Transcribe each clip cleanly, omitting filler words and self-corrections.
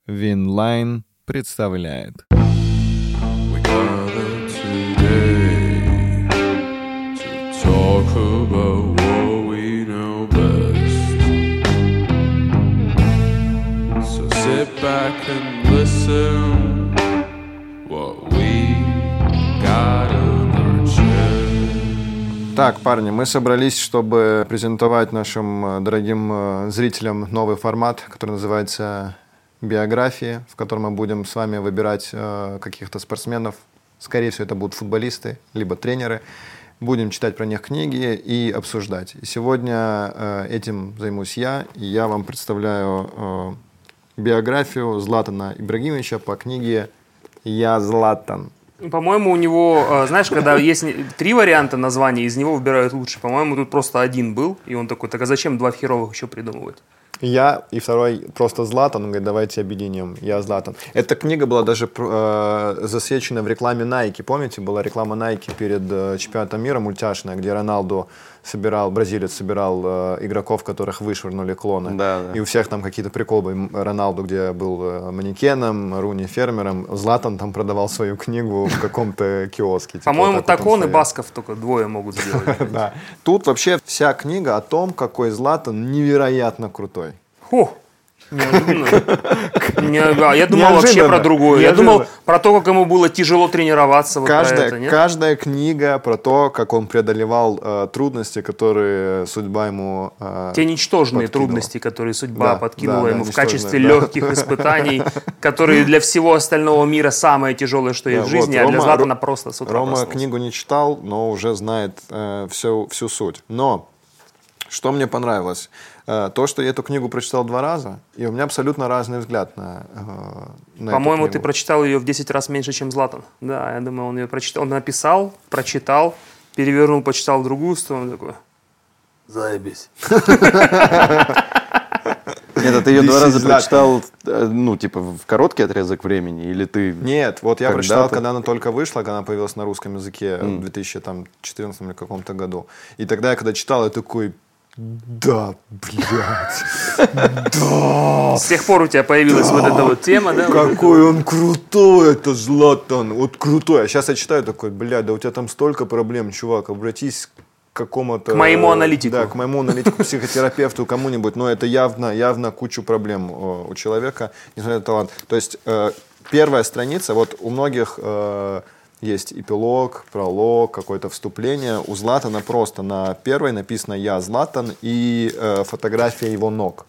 Винлайн представляет. Так, парни, мы собрались, чтобы презентовать нашим дорогим зрителям новый формат, который называется «Биографии», в котором мы будем с вами выбирать каких-то спортсменов. Скорее всего, это будут футболисты, либо тренеры. Будем читать про них книги и обсуждать. И сегодня этим займусь я, и я вам представляю биографию Златана Ибрагимовича по книге «Я Златан». По-моему, у него, знаешь, когда есть 3 варианта названия, из него выбирают лучше. По-моему, тут просто один был, и он такой, так а зачем 2 херовых еще придумывать? Я и второй просто Златан, он говорит, давайте объединим, я Златан. Эта книга была даже засвечена в рекламе Nike, помните, была реклама Nike перед чемпионатом мира мультяшная, где Роналду собирал, бразилец собирал игроков, которых вышвырнули клоны. Да, да. И у всех там какие-то приколы. Роналду, где был манекеном, Руни фермером, Златан там продавал свою книгу в каком-то киоске. По-моему, так он и Басков только 2 могут сделать. Да. Тут вообще вся книга о том, какой Златан невероятно крутой. Неожиданно. Я думал вообще про другое. Я думал про то, как ему было тяжело тренироваться. Каждая книга про то, как он преодолевал трудности, которые судьба ему те ничтожные трудности, которые судьба подкинула ему в качестве легких испытаний, которые для всего остального мира самое тяжелое, что есть в жизни, а для Златана просто с утра Рома книгу не читал, но уже знает всю суть. Но что мне понравилось? То, что я эту книгу прочитал 2 раза, и у меня абсолютно разный взгляд на По-моему, эту книгу. Ты прочитал ее в 10 раз меньше, чем Златан. Да, я думаю, он ее прочитал. Он написал, прочитал, перевернул, почитал в другую сторону, такой, заебись. Нет, ты ее 2 раза прочитал, в короткий отрезок времени, или ты... Нет, вот я прочитал, когда она только вышла, когда она появилась на русском языке в 2014 или каком-то году. И тогда я, когда читал, я такой... Да, блядь, да. С тех пор у тебя появилась вот эта вот тема, да? Какой он крутой, это Златан, вот крутой. А сейчас я читаю такой, блядь, да у тебя там столько проблем, чувак, обратись к какому-то... К моему аналитику. Да, к моему аналитику, психотерапевту, кому-нибудь. Но это явно кучу проблем у человека, несмотря на талант. То есть первая страница, вот у многих... Есть эпилог, пролог, какое-то вступление. У Златана просто на первой написано «Я Златан» и фотография его ног.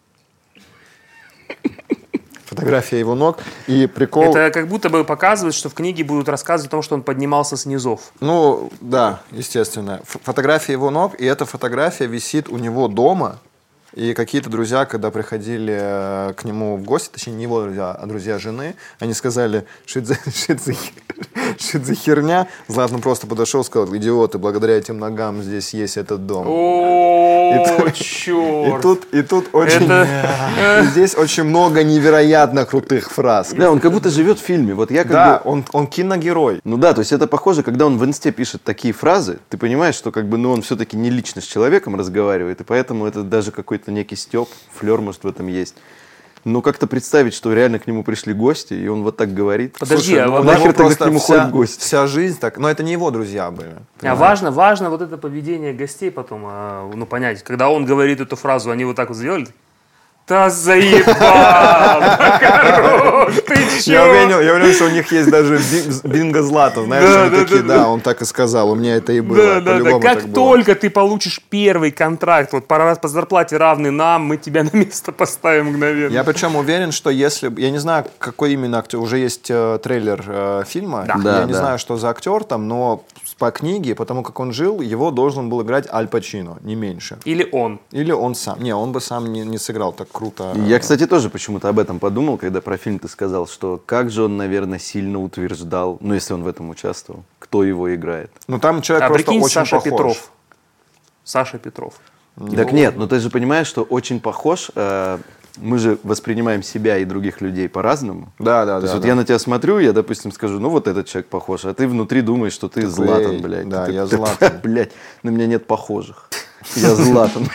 Фотография его ног. И прикол... Это как будто бы показывает, что в книге будут рассказывать о том, что он поднимался с низов. Ну, да, естественно. Фотография его ног, и эта фотография висит у него дома. И какие-то друзья, когда приходили к нему в гости, точнее не его друзья, а друзья жены, они сказали, что это за херня. Златан просто подошел и сказал, идиоты, благодаря этим ногам здесь есть этот дом. О, черт! И тут очень... Здесь очень много невероятно крутых фраз. Да, он как будто живет в фильме. Вот я да, он киногерой. Ну да, то есть это похоже, когда он в инсте пишет такие фразы, ты понимаешь, что он все-таки не лично с человеком разговаривает, и поэтому это даже какой-то некий стёб, флёр, может, в этом есть. Но как-то представить, что реально к нему пришли гости, и он вот так говорит. Подожди, слушай, нахер тогда к нему ходят гости? Вся жизнь так, но это не его друзья были. Понимаешь? А важно вот это поведение гостей потом, понять. Когда он говорит эту фразу, они вот так вот сделали. Да заебал! Хорош! Ты чё? Я уверен, что у них есть даже бинго Златан. Знаешь, они такие, да, он так и сказал, у меня это и было. Да. Как только ты получишь первый контракт, вот по зарплате равный нам, мы тебя на место поставим мгновенно. Я причем уверен, что если... Я не знаю, какой именно актер. Уже есть трейлер фильма. Я не знаю, что за актер там, но по книге, потому как он жил, его должен был играть Аль Пачино, не меньше. Или он сам. Не, он бы сам не сыграл так круто. Я, кстати, тоже почему-то об этом подумал, когда про фильм ты сказал, что как же он, наверное, сильно утверждал, если он в этом участвовал, кто его играет. Ну, там человек просто прикинь, очень похож. Саша Петров. Так нет, но ты же понимаешь, что очень похож... Мы же воспринимаем себя и других людей по-разному. Да. То есть вот я на тебя смотрю, я, допустим, скажу, вот этот человек похож, а ты внутри думаешь, что ты Златан, блядь. Да, я Златан. Блядь, на меня нет похожих. Я Златан.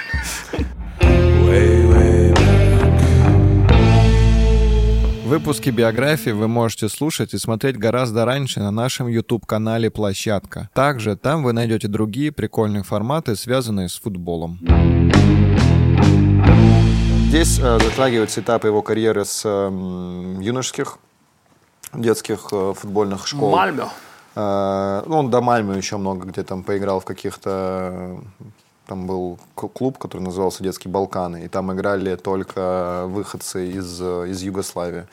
Выпуски биографии вы можете слушать и смотреть гораздо раньше на нашем YouTube-канале «Площадка». Также там вы найдете другие прикольные форматы, связанные с футболом. Здесь затрагиваются этапы его карьеры с юношеских, детских футбольных школ. Мальме. Он до Мальме еще много где там поиграл в каких-то... Там был клуб, который назывался «Детские Балканы», и там играли только выходцы из Югославии.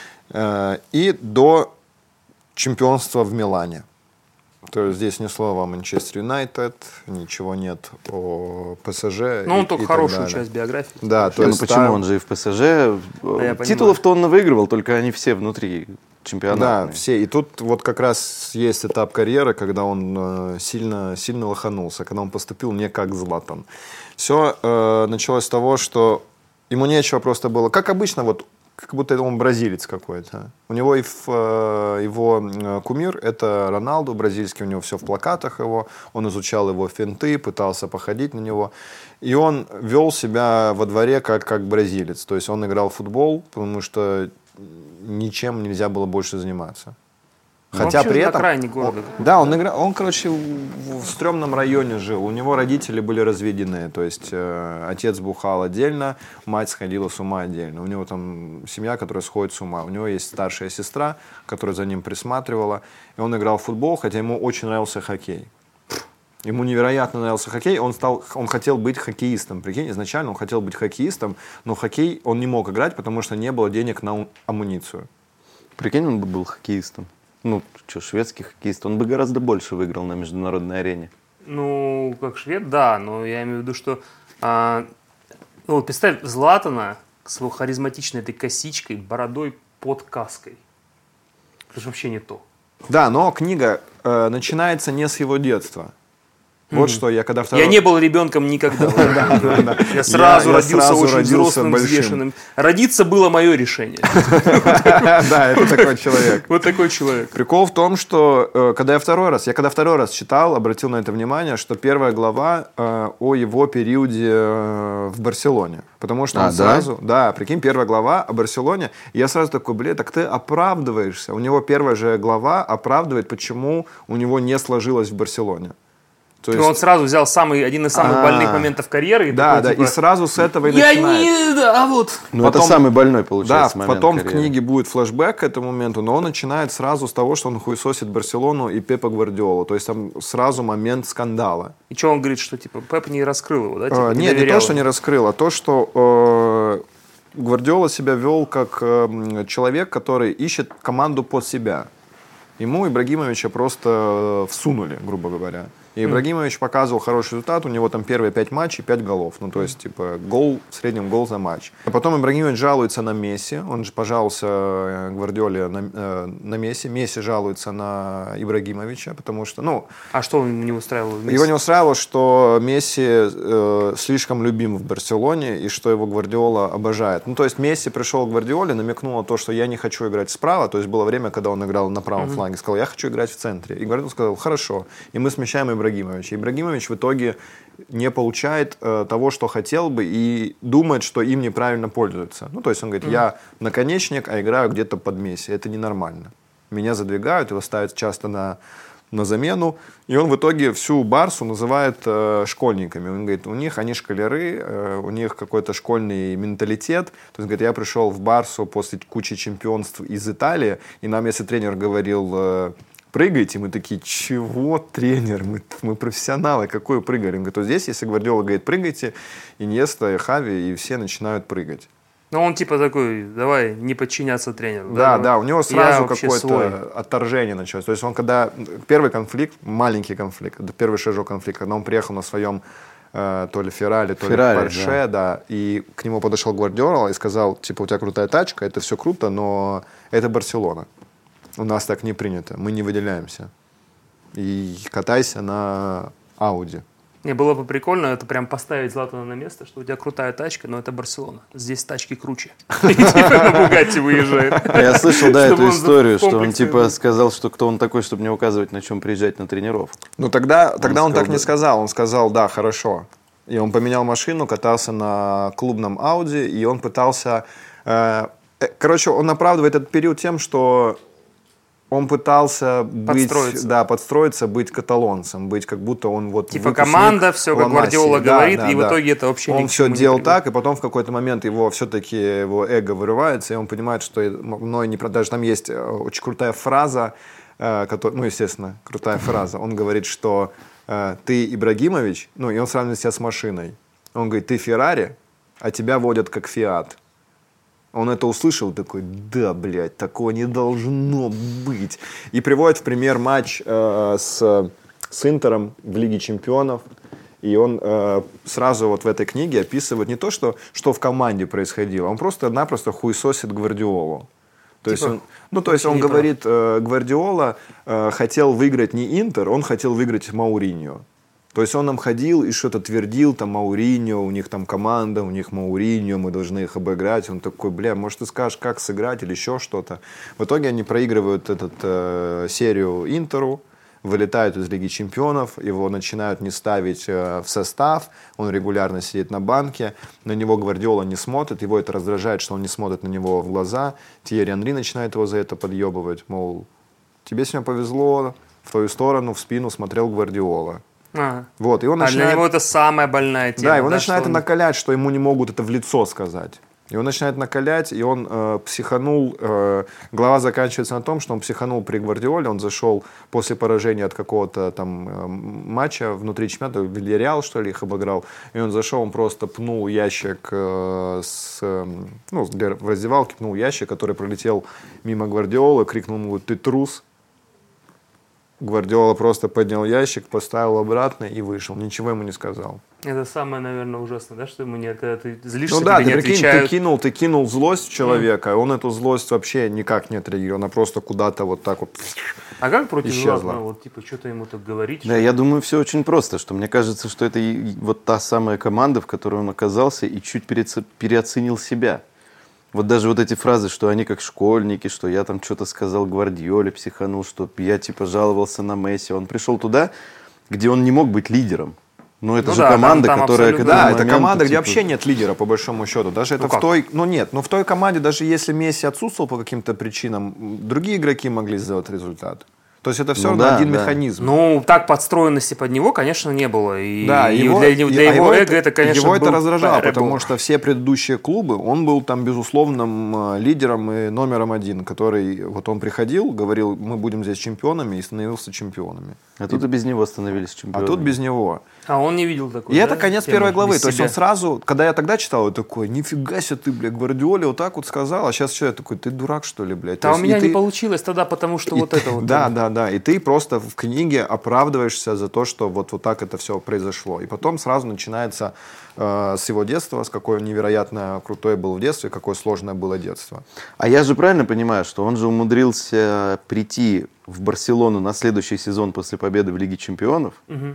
И до чемпионства в Милане. То есть здесь ни слова о Манчестер Юнайтед, ничего нет о ПСЖ. Ну, он только хорошую часть биографии. Да, то есть почему он же и в ПСЖ. Титулов-то он выигрывал, только они все внутри чемпионата. Да, все. И тут вот как раз есть этап карьеры, когда он сильно лоханулся, когда он поступил не как Златан. Все началось с того, что ему нечего просто было, как обычно, вот как будто он бразилец какой-то. У него его кумир — это Роналду бразильский, у него все в плакатах его. Он изучал его финты, пытался походить на него. И он вел себя во дворе как бразилец. То есть он играл в футбол, потому что ничем нельзя было больше заниматься. Хотя при этом... на окраине города. Он, короче, в стрёмном районе жил. У него родители были разведены. То есть отец бухал отдельно, мать сходила с ума отдельно. У него там семья, которая сходит с ума. У него есть старшая сестра, которая за ним присматривала. И он играл в футбол, хотя ему очень нравился хоккей. Ему невероятно нравился хоккей. Он хотел быть хоккеистом. Прикинь, изначально он хотел быть хоккеистом, но хоккей он не мог играть, потому что не было денег на амуницию. Прикинь, он бы был хоккеистом. Ну, что, шведский хоккеист, он бы гораздо больше выиграл на международной арене. Ну, как швед, да, но я имею в виду, что... вот представь Златана с его харизматичной этой косичкой, бородой под каской. Это же вообще не то. Да, но книга начинается не с его детства. Вот что я когда Я не был ребенком никогда. Я сразу родился очень взрослым, взвешенным. Родиться было мое решение. Да, это такой человек. Вот такой человек. Прикол в том, что когда я второй раз читал, обратил на это внимание, что первая глава о его периоде в Барселоне. Потому что он сразу... Да, прикинь, первая глава о Барселоне. И я сразу такой, так ты оправдываешься. У него первая же глава оправдывает, почему у него не сложилось в Барселоне. Есть... Он сразу взял один из самых больных моментов карьеры. И сразу с этого и начинает. Ну, это самый больной, получается, момент потом карьеры. В книге будет флешбэк к этому моменту, но он начинает сразу с того, что он хуесосит Барселону и Пепа Гвардиолу. То есть там сразу момент скандала. И что он говорит, что Пеп не раскрыл его, да? Нет, не то, что не раскрыл, а то, что Гвардиола себя вел как человек, который ищет команду под себя. Ему Ибрагимовича просто всунули, грубо говоря. И Ибрагимович показывал хороший результат, у него там первые 5 матчей, 5 голов. Ну, то есть, типа, в среднем гол за матч. А потом Ибрагимович жалуется на Месси, он же пожаловался Гвардиоле на Месси. Месси жалуется на Ибрагимовича, потому что, А что его не устраивало в Месси? Его не устраивало, что Месси слишком любим в Барселоне, и что его Гвардиола обожает. Ну, то есть, Месси пришел к Гвардиоле, намекнул на то, что я не хочу играть справа, то есть, было время, когда он играл на правом фланге, сказал, я хочу играть в центре. И Гвардиола сказал, хорошо, и мы смещаем Ибрагимовича. Ибрагимович в итоге не получает того, что хотел бы, и думает, что им неправильно пользуются. Ну, то есть он говорит, я наконечник, а играю где-то под Месси. Это ненормально. Меня задвигают, его ставят часто на замену. И он в итоге всю Барсу называет школьниками. Он говорит, они школяры, у них какой-то школьный менталитет. То есть, говорит, я пришел в Барсу после кучи чемпионств из Италии, и нам, если тренер говорил... прыгайте, мы такие, чего, тренер, мы профессионалы, какое прыгали? Он говорит, вот здесь, если Гвардиола говорит, прыгайте, Иньеста, Хави, и все начинают прыгать. Ну, он типа такой, давай не подчиняться тренеру. Да, у него сразу какое-то отторжение началось. То есть он когда, первый конфликт, маленький конфликт, первый шажок конфликта, когда он приехал на своем то ли Феррари, то ли Порше, да, и к нему подошел Гвардиола и сказал, типа, у тебя крутая тачка, это все круто, но это Барселона. У нас так не принято, мы не выделяемся. И катайся на Ауди. Не, было бы прикольно это прям поставить Златана на место, что у тебя крутая тачка, но это Барселона. Здесь тачки круче. И типа на Бугатти выезжает. Я слышал, да, эту историю, что он типа сказал, что кто он такой, чтобы не указывать, на чем приезжать на тренировку. Ну тогда он так не сказал. Он сказал, да, хорошо. И он поменял машину, катался на клубном Ауди, и он пытался Короче, он оправдывает этот период тем, что он пытался подстроиться, быть каталонцем, быть как будто он вот типа команда, все как Гвардиола говорит, и в итоге это вообще он все делал так, и потом в какой-то момент все-таки его эго вырывается, и он понимает, что мной не продаж. Там есть очень крутая фраза, естественно, крутая фраза. Он говорит, что ты Ибрагимович, и он сравнивает себя с машиной. Он говорит, ты Феррари, а тебя водят как Фиат. Он это услышал, такой, да, блядь, такого не должно быть. И приводит в пример матч с Интером в Лиге Чемпионов. И он сразу вот в этой книге описывает не то, что в команде происходило, он просто-напросто хуесосит Гвардиолу. То есть он говорит, Гвардиола хотел выиграть не Интер, он хотел выиграть Мауриньо. То есть он нам ходил и что-то твердил, там Мауриньо, у них там команда, у них Мауриньо, мы должны их обыграть. Он такой, может ты скажешь, как сыграть или еще что-то. В итоге они проигрывают серию Интеру, вылетают из Лиги Чемпионов, его начинают не ставить в состав, он регулярно сидит на банке, на него Гвардиола не смотрит, его это раздражает, что он не смотрит на него в глаза. Тьерри Анри начинает его за это подъебывать, мол, тебе сегодня повезло, в твою сторону, в спину смотрел Гвардиола. Вот, и он начинает... для него это самая больная тема. Да, его начинает накалять, что ему не могут это в лицо сказать. Его начинает накалять, и он психанул. Глава заканчивается на том, что он психанул при Гвардиоле. Он зашел после поражения от какого-то там матча внутри чемпионата, Вильяреал, что ли, их обыграл. И он зашел, он просто пнул ящик в раздевалке, пнул ящик, который пролетел мимо Гвардиолы, крикнул ему, ты трус. Гвардиола просто поднял ящик, поставил обратно и вышел. Ничего ему не сказал. Это самое, наверное, ужасное, да, что ему не, когда ты злишься, тебе не отвечают. Ты кинул злость в человека, и он эту злость вообще никак не отреагировал. Она просто куда-то вот так вот А как против исчезла. Вот, что-то ему так говорить? Да, я думаю, все очень просто, что мне кажется, что это вот та самая команда, в которой он оказался и чуть переоценил себя. Вот даже вот эти фразы, что они как школьники, что я там что-то сказал Гвардиоле, психанул, что я типа жаловался на Месси. Он пришел туда, где он не мог быть лидером. Но это команда, которая... Да, это команда, где вообще нет лидера, по большому счету. Даже это в той... в той команде, даже если Месси отсутствовал по каким-то причинам, другие игроки могли сделать результат. То есть это все равно один механизм. Так подстроенности под него, конечно, не было. И для его эго это, конечно, его это раздражало, потому что все предыдущие клубы, он был там безусловным лидером и номером один, который, вот он приходил, говорил, мы будем здесь чемпионами, и становился чемпионами. А тут и без него становились чемпионами. А тут без него. А он не видел такой. И это конец первой главы. То есть он сразу, когда я тогда читал, я такой, нифига себе ты, блядь, Гвардиоле вот так вот сказал, а сейчас человек такой, ты дурак, что ли, блядь? Да, у меня не получилось тогда, потому что вот это вот. Да. И ты просто в книге оправдываешься за то, что вот так это все произошло. И потом сразу начинается с его детства, с какой он невероятно крутой был в детстве, какое сложное было детство. А я же правильно понимаю, что он же умудрился прийти в Барселону на следующий сезон после победы в Лиге Чемпионов,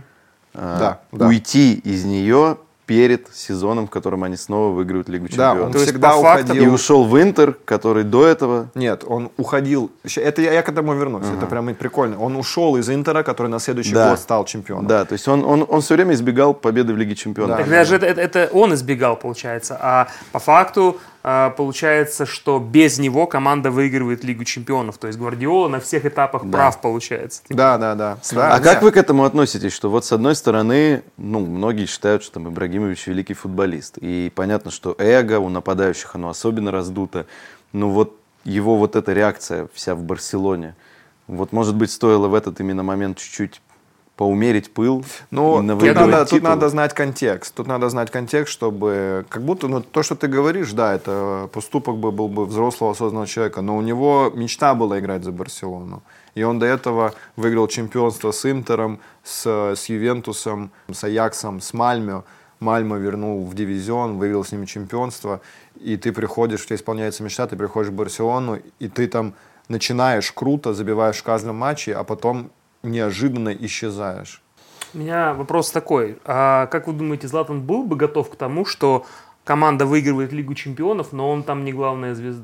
уйти из нее перед сезоном, в котором они снова выиграют Лигу Чемпионов. Да, он всегда уходил. И ушел в Интер, который до этого... Нет, он уходил... Это я к этому вернусь, это прям прикольно. Он ушел из Интера, который на следующий год стал чемпионом. Да, то есть он все время избегал победы в Лиге Чемпионов. Так даже это он избегал, получается. А по факту получается, что без него команда выигрывает Лигу Чемпионов. То есть Гвардиола на всех этапах прав, получается. Да. Как вы к этому относитесь? Что вот с одной стороны, многие считают, что Ибрагимович великий футболист. И понятно, что эго у нападающих, оно особенно раздуто. Но вот его вот эта реакция вся в Барселоне, вот может быть стоило в этот именно момент чуть-чуть поумерить пыл. Тут надо знать контекст. Тут надо знать контекст, чтобы... Как будто то, что ты говоришь, да, это поступок был бы взрослого, осознанного человека, но у него мечта была играть за Барселону. И он до этого выиграл чемпионство с Интером, с Ювентусом, с Аяксом, с Мальме. Мальме вернул в дивизион, выиграл с ними чемпионство. И ты приходишь, у тебя исполняется мечта, ты приходишь в Барселону, и ты там начинаешь круто, забиваешь в каждом матче, а потом неожиданно исчезаешь. У меня вопрос такой. А как вы думаете, Златан был бы готов к тому, что команда выигрывает Лигу Чемпионов, но он там не главная звезда?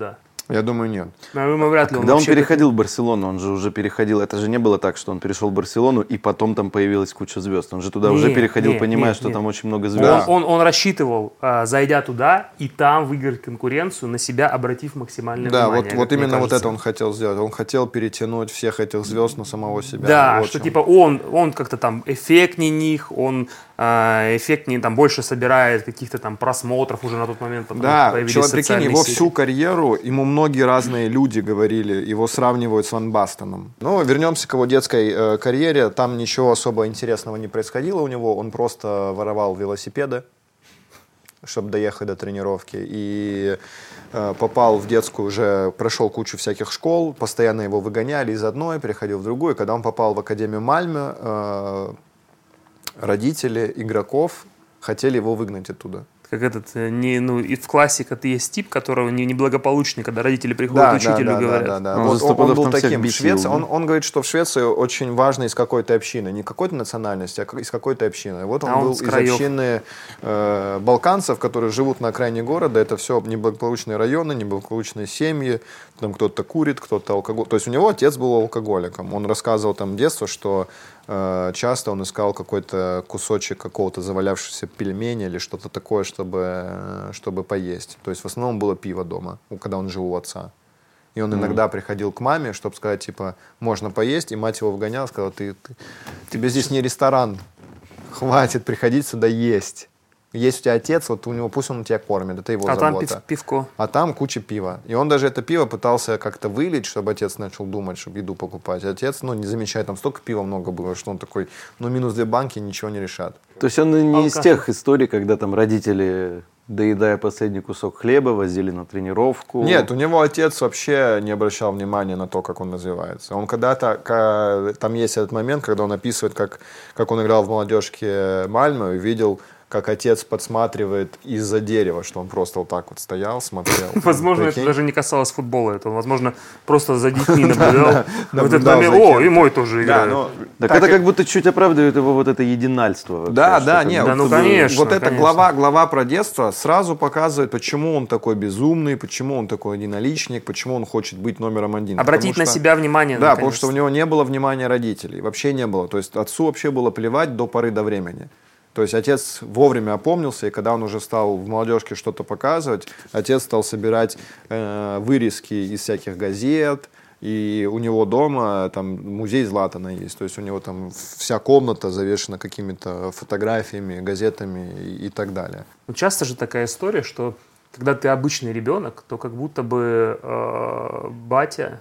Я думаю, нет. Вряд ли Когда он вообще переходил в Барселону, он же уже переходил, это же не было так, что он перешел в Барселону, и потом там появилась куча звезд. Он же туда уже переходил, понимая, что там очень много звезд. Он рассчитывал, зайдя туда, и там выиграть конкуренцию, на себя обратив максимальное внимание. Да, вот именно вот это он хотел сделать. Он хотел перетянуть всех этих звезд на самого себя. Да, Вот что чем. типа он как-то там эффектнее них, он эффектнее там больше собирает каких-то там просмотров уже на тот момент. Да, появились человек, прикинь, социальные его сети. всю карьеру, ему многие разные люди говорили, его сравнивают с Ван Бастеном. Но вернемся к его детской карьере, там ничего особо интересного не происходило у него, он просто воровал велосипеды, чтобы доехать до тренировки, и попал в детскую, уже прошел кучу всяких школ, постоянно его выгоняли из одной, переходил в другую. Когда он попал в Академию Мальме, родители игроков хотели его выгнать оттуда. Как и в классике есть тип, которого неблагополучный, когда родители приходят к учителю и говорят. Да. Он Он был таким. бесил, В Швеции, да? он говорит, что в Швеции очень важно из какой-то общины, не какой-то национальности, а из какой-то общины. Вот он был с из краев. общины балканцев, которые живут на окраине города. Это все неблагополучные районы, неблагополучные семьи. Там кто-то курит, кто-то алкоголь. То есть у него отец был алкоголиком. Он рассказывал там в детстве, что часто он искал какой-то кусочек какого-то завалявшегося пельмени или что-то такое, чтобы поесть. То есть в основном было пиво дома, когда он жил у отца. И он иногда приходил к маме, чтобы сказать, типа, можно поесть, и мать его вгоняла, сказала, тебе здесь не ресторан, хватит приходить сюда есть. Есть у тебя отец, вот у него, пусть он тебя кормит, это его забота. Там пивко. А там куча пива. И он даже это пиво пытался как-то вылить, чтобы отец начал думать, чтобы еду покупать. Отец, не замечает, там столько пива много было, что он такой, минус 2 банки ничего не решат. То есть он не из тех историй, когда там родители, доедая последний кусок хлеба, возили на тренировку. Нет, у него отец вообще не обращал внимания на то, как он развивается. Он когда-то, там есть этот момент, когда он описывает, как он играл в молодежке Мальмö, и видел, как отец подсматривает из-за дерева, что он просто вот так вот стоял, смотрел. Возможно, это даже не касалось футбола. Это, возможно, просто за детьми наблюдал. В этот наблюдал момент, за кем-то. и мой тоже играет. Так это как будто чуть оправдывает его вот это единальство. вообще, Да, что нет. конечно, Вот эта конечно. глава про детство сразу показывает, почему он такой безумный, почему он такой единоличник, почему он хочет быть номером один. Обратить на себя внимание. Да, потому что у него не было внимания родителей. Вообще не было. То есть отцу вообще было плевать до поры до времени. То есть отец вовремя опомнился, и когда он уже стал в молодежке что-то показывать, отец стал собирать вырезки из всяких газет, и у него дома там музей Златана есть, то есть у него там вся комната завешена какими-то фотографиями, газетами и так далее. Часто же такая история, что когда ты обычный ребенок, то как будто бы батя,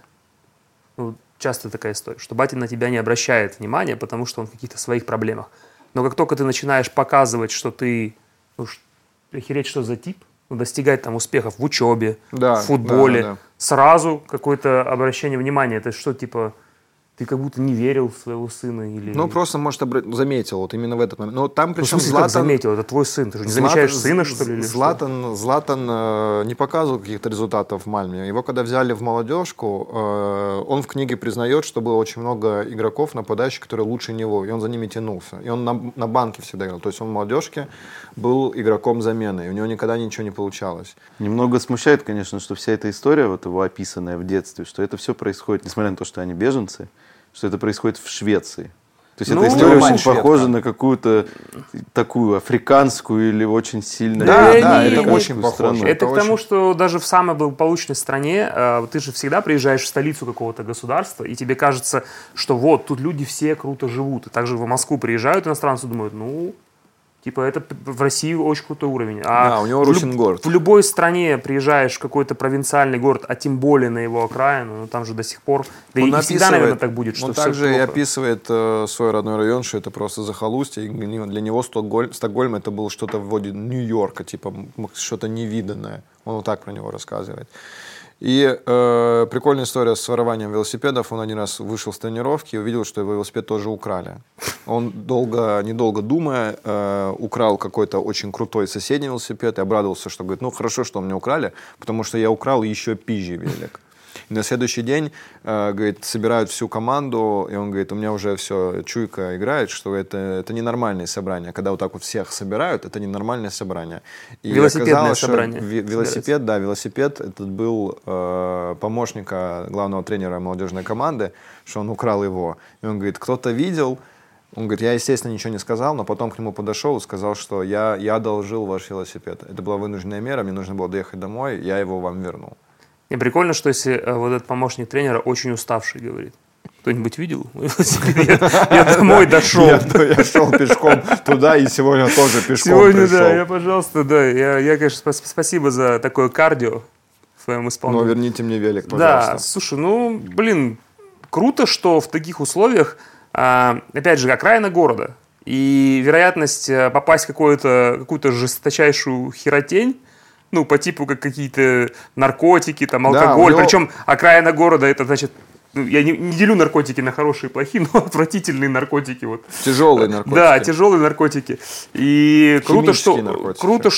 часто такая история, что батя на тебя не обращает внимания, потому что он в каких-то своих проблемах. Но как только ты начинаешь показывать, что ты, охереть, что за тип, достигать там успехов в учебе, в футболе, сразу какое-то обращение внимания. Это что, типа, ты как будто не верил в своего сына? Или... Просто, может, заметил, вот именно в этот момент. Но там, причем, в смысле, как заметил? Это твой сын. Ты же не замечаешь сына, что ли? Или Златан не показывал каких-то результатов в Мальме. Его, когда взяли в молодежку, он в книге признает, что было очень много игроков, нападающих, которые лучше него, и он за ними тянулся. И он на банке всегда играл. То есть он в молодежке был игроком замены, и у него никогда ничего не получалось. Немного смущает, конечно, что вся эта история, вот его описанная в детстве, что это все происходит, несмотря на то, что они беженцы, что это происходит в Швеции. То есть эта история очень похожа на какую-то такую африканскую или очень сильно... Да, это очень похоже. Это к тому, что даже в самой благополучной стране ты же всегда приезжаешь в столицу какого-то государства, и тебе кажется, что вот, тут люди все круто живут. И также в Москву приезжают иностранцы, думают, типа, это в России очень крутой уровень. У него Русин город. В любой стране приезжаешь в какой-то провинциальный город, а тем более на его окраину, там же до сих пор, да и всегда, наверное, так будет, что он все также и плохо. описывает свой родной район, что это просто захолустье. И для него Стокгольм это было что-то вроде Нью-Йорка, типа что-то невиданное. Он вот так про него рассказывает. И прикольная история с ворованием велосипедов. Он один раз вышел с тренировки и увидел, что его велосипед тоже украли. Он, недолго думая, украл какой-то очень крутой соседний велосипед и обрадовался, что говорит, хорошо, что меня украли, потому что я украл еще пизже велик. И на следующий день, говорит, собирают всю команду, и он говорит, у меня уже все, чуйка играет, что это ненормальные собрания. Когда вот так вот всех собирают, это ненормальное собрание. И велосипедное собрание. Велосипед, да, велосипед. Этот был помощника главного тренера молодежной команды, что он украл его. И он говорит, кто-то видел. Он говорит, я, естественно, ничего не сказал, но потом к нему подошел и сказал, что я одолжил ваш велосипед. Это была вынужденная мера, мне нужно было доехать домой, я его вам вернул. И прикольно, что если вот этот помощник тренера очень уставший говорит. Кто-нибудь видел велосипед? Я домой дошел. Я шел пешком туда и сегодня тоже пешком Сегодня, пришел. да, пожалуйста, да. Я, конечно, спасибо за такое кардио в твоем исполнении. Но верните мне велик, пожалуйста. Да, слушай, блин, круто, что в таких условиях, опять же, окраина города, и вероятность попасть в какую-то жесточайшую херотень, по типу как какие-то наркотики, там, алкоголь. Да, Причем окраина города, это значит, я не делю наркотики на хорошие и плохие, но отвратительные наркотики. Вот. Тяжелые наркотики. Да, тяжелые наркотики. И круто,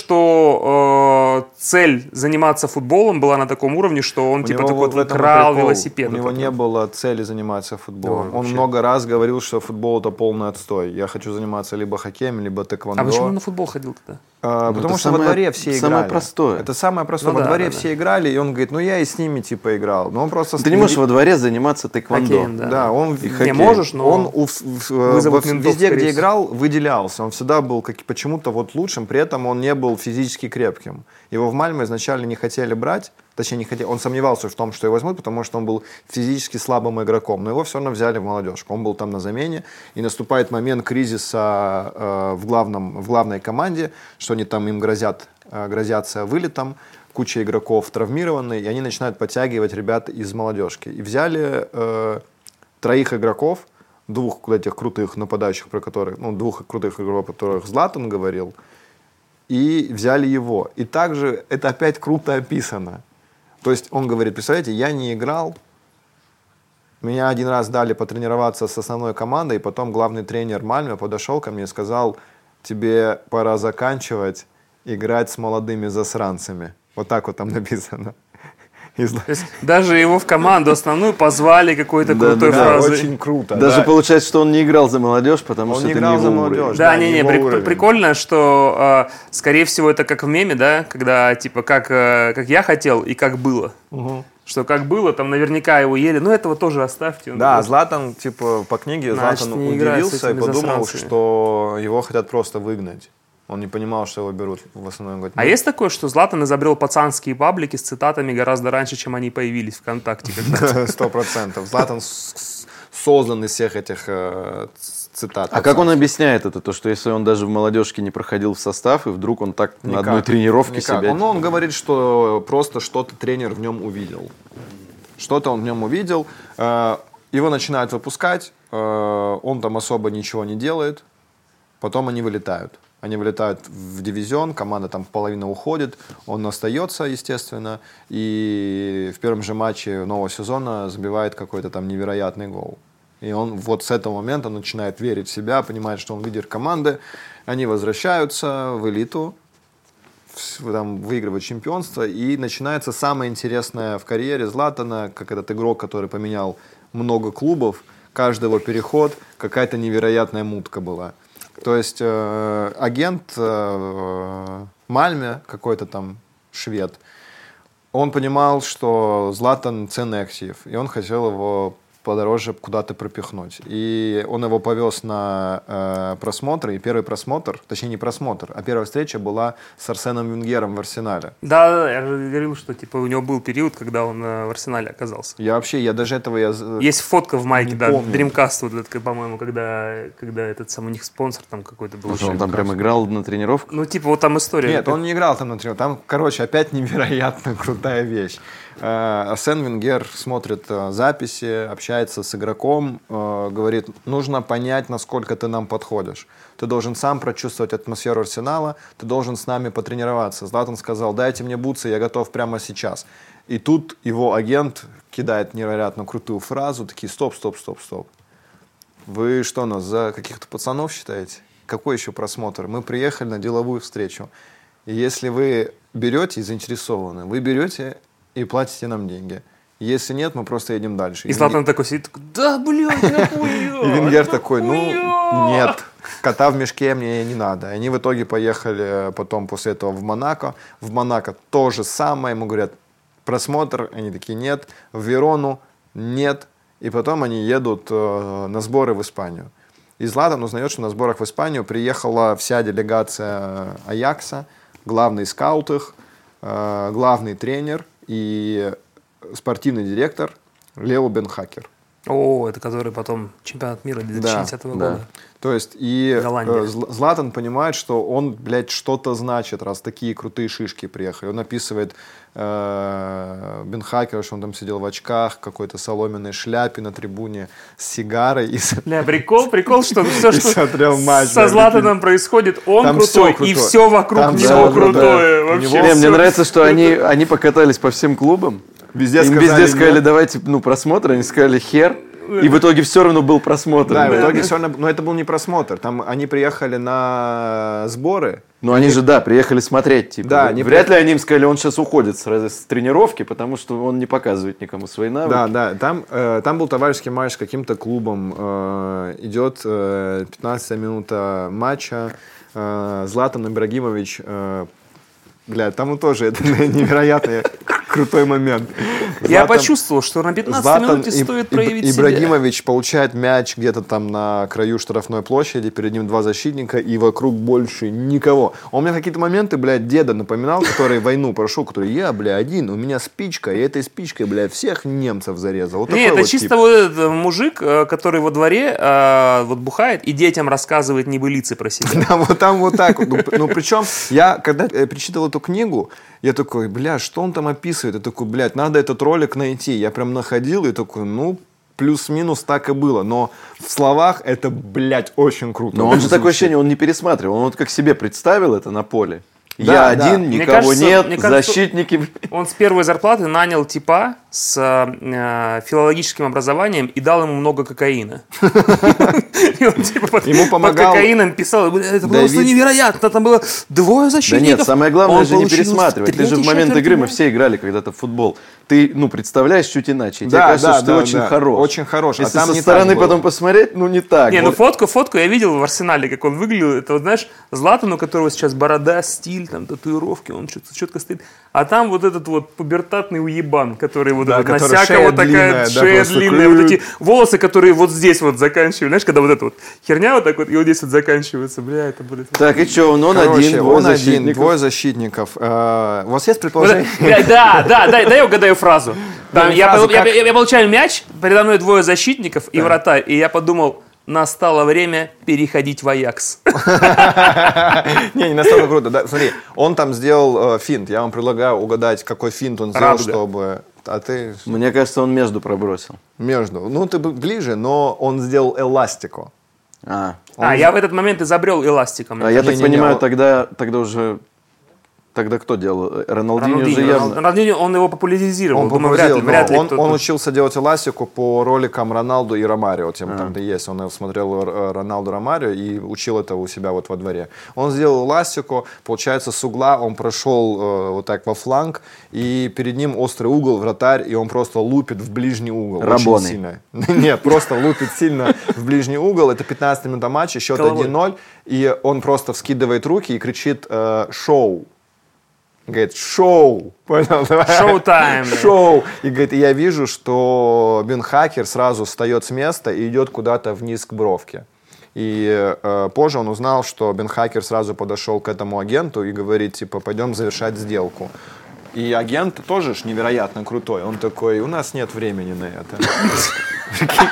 что цель заниматься футболом была на таком уровне, что он типа такой вот крал велосипед. У него не было цели заниматься футболом. Да, он много раз говорил, что футбол это полный отстой. Я хочу заниматься либо хоккеем, либо тэквондо. А почему он на футбол ходил тогда? Потому что во дворе все играли. Самое простое. Это самое простое. Во дворе все играли, и он говорит, я и с ними типа играл. Но он просто... Ты не можешь во дворе заниматься тэквондо. Хоккеем, Да, он не можешь, но он везде, где играл, выделялся. Он всегда был почему-то вот лучшим, при этом он не был физически крепким. Его в Мальме изначально не хотели брать, точнее не хотели. Он сомневался в том, что его возьмут, потому что он был физически слабым игроком. Но его все равно взяли в молодежку. Он был там на замене, и наступает момент кризиса в главной команде, что они там им грозятся вылетом. Куча игроков травмированы, и они начинают подтягивать ребят из молодежки. И взяли 3 игроков, 2 этих крутых нападающих, про которых, 2 крутых игроков, о которых Златан говорил, и взяли его. И также это опять круто описано. То есть он говорит, представляете, я не играл, меня один раз дали потренироваться с основной командой, и потом главный тренер Мальме подошел ко мне и сказал, тебе пора заканчивать играть с молодыми засранцами. Вот так вот там написано. То есть даже его в команду основную позвали какой-то крутой фразой. Очень круто. Даже получается, что он не играл за молодежь, потому что это не его уровень. Да, прикольно, что, скорее всего, это как в меме, да, когда, типа, как я хотел и как было. Что как было, там наверняка его ели, этого тоже оставьте. Да, Златан, типа, по книге Златан удивился и подумал, что его хотят просто выгнать. Он не понимал, что его берут в основном. Говорит, есть такое, что Златан изобрел пацанские паблики с цитатами гораздо раньше, чем они появились ВКонтакте? 100%. Златан создан из всех этих цитат. А как он объясняет это? То, что если он даже в молодежке не проходил в состав, и вдруг он так на одной тренировке себя... Он говорит, что просто что-то тренер в нем увидел. Что-то он в нем увидел. Его начинают выпускать. Он там особо ничего не делает. Потом они вылетают. Они вылетают в дивизион, команда там половина уходит, он остается, естественно, и в первом же матче нового сезона забивает какой-то там невероятный гол. И он вот с этого момента начинает верить в себя, понимает, что он лидер команды. Они возвращаются в элиту, там, выигрывают чемпионство, и начинается самое интересное в карьере Златана, как этот игрок, который поменял много клубов, каждый его переход, какая-то невероятная мутка была. То есть агент Мальме, какой-то там швед, он понимал, что Златан ценный актив, и он хотел его подороже куда-то пропихнуть. И он его повез на просмотр, и первый просмотр, точнее не просмотр, а первая встреча была с Арсеном Венгером в Арсенале. Да, я же говорил, что типа у него был период, когда он в Арсенале оказался. Я даже этого... Есть фотка в майке, да, помню. Dreamcast, вот этот, по-моему, когда этот сам у них спонсор там какой-то был. Он там прям играл на тренировках? Типа вот там история. Нет, он не играл там на тренировках. Там, опять невероятно крутая вещь. Арсен Венгер смотрит записи, общается с игроком, говорит, нужно понять, насколько ты нам подходишь. Ты должен сам прочувствовать атмосферу Арсенала, ты должен с нами потренироваться. Златан сказал, дайте мне бутсы, я готов прямо сейчас. И тут его агент кидает невероятно крутую фразу, такие, стоп. Вы что, нас за каких-то пацанов считаете? Какой еще просмотр? Мы приехали на деловую встречу. И если вы берете и заинтересованы, вы берете и платите нам деньги. Если нет, мы просто едем дальше. И Златан такой сидит, такой, да, блядь, нахуя? И Венгер такой, нет, кота в мешке мне не надо. И они в итоге поехали потом после этого в Монако. В Монако то же самое. Ему говорят, просмотр. Они такие, нет. В Верону нет. И потом они едут на сборы в Испанию. И Златан узнает, что на сборах в Испанию приехала вся делегация Аякса, главный скаут их, главный тренер и спортивный директор Лео Бенхакер. О, это который потом чемпионат мира 2010 года. Да. То есть и Голландия. Златан понимает, что он, блядь, что-то значит, раз такие крутые шишки приехали. Он описывает Бенхакера, что он там сидел в очках, в какой-то соломенной шляпе на трибуне с сигарой. Бля, прикол, что все, что смотрел матч, со Златаном происходит, он там крутой, всё и крутое. все вокруг Там него да, крутое. да. Вообще У него- Не, мне всё. нравится, что они покатались по всем клубам. Везде Им сказали везде сказали, нет. давайте, просмотр. Они сказали, хер. И в итоге все равно был просмотр. Да, и в итоге все равно, но это был не просмотр. Там они приехали на сборы. Но они же, да, приехали смотреть. Типа. Да, они Вряд ли они им сказали, он сейчас уходит с тренировки, потому что он не показывает никому свои навыки. Да, там был товарищеский матч с каким-то клубом. Идет 15 минута матча. Златан Ибрагимович, там тоже это невероятный крутой момент. Я почувствовал, что на 15 минуте стоит проявить себя. Ибрагимович получает мяч где-то там на краю штрафной площади, перед ним два защитника, и вокруг больше никого. Он мне в какие-то моменты, деда напоминал, который войну прошел, который, я, один, у меня спичка, и этой спичкой, всех немцев зарезал. Вот Не, такой это вот чисто тип. вот этот мужик, который во дворе бухает и детям рассказывает небылицы про себя. Да, вот там вот так вот. Ну, причем, я, когда перечитал эту книгу, я такой, что он там описывает? Я такой, надо этот ролик найти. Я прям находил и такой, плюс-минус так и было. Но в словах это, очень круто. Но он же такое звучит. ощущение, он не пересматривал. Он вот как себе представил это на поле. Да, Я да. один, Мне никого кажется, нет, мне кажется, защитники. Он с первой зарплаты нанял типа с филологическим образованием и дал ему много кокаина. И он типа Ему под помогал кокаином писал, это просто Давид. невероятно, там было двое Да защитников. нет, самое главное Он же не получил пересматривать. Ты же в третий момент четверть игры, мы финала. все играли когда-то в футбол. Ты, представляешь чуть иначе. И тебе Да, кажется, да, что ты да, очень да. хорош. Очень хорош. А Если там со не стороны так было. потом посмотреть, не так. Не, Вот. фотку я видел в Арсенале, как он выглядел. Это вот, знаешь, Златан, у которого сейчас борода, стиль, там, татуировки, он что-то четко стоит. А там вот этот вот пубертатный уебан, который вот Да, этот который носяка шея вот такая, длинная, да, шея просто длинная, такой- вот эти волосы, которые вот здесь вот заканчиваются. Знаешь, когда вот эта вот херня вот так вот, и вот здесь вот заканчивается. Бля, это будет... Так, и что, он Короче, один, он двое один, защитников. двое защитников. У вас есть предположение? Да, дай я угадаю фразу. Там, Не я фразу, как- я получаю мяч, передо мной двое защитников и вратарь, и я подумал, настало время переходить в Аякс. Не настолько круто. Да, смотри, он там сделал финт. Я вам предлагаю угадать, какой финт он сделал, Радуга. чтобы... А ты Мне кажется, он между пробросил. между. Ну, ты ближе, но он сделал эластику. Я в этот момент изобрел эластиком. А я так Не-не-не, понимаю, он- тогда уже... Тогда кто делал? Роналдинho же явно... Роналдинho, он его популяризировал. Он Думаю, популяризировал, вряд ли но кто-то... он учился делать эластику по роликам Роналду и Ромарио. Тем там где есть. Он смотрел Роналду Ромарио и учил это у себя вот во дворе. Он сделал эластику, получается, с угла он прошел вот так во фланг, и перед ним острый угол, вратарь, и он просто лупит в ближний угол. Очень Рабоны. сильно. Нет, просто лупит сильно в ближний угол. Это 15 минута матча, счет Головой. 1-0, и он просто вскидывает руки и кричит «шоу». Говорит, шоу. Понял? Шоу-тайм. Шоу. И говорит, я вижу, что Бенхакер сразу встает с места и идет куда-то вниз к бровке. И позже он узнал, что Бенхакер сразу подошел к этому агенту и говорит, типа, пойдем завершать сделку. И агент тоже ж невероятно крутой. Он такой, у нас нет времени на это.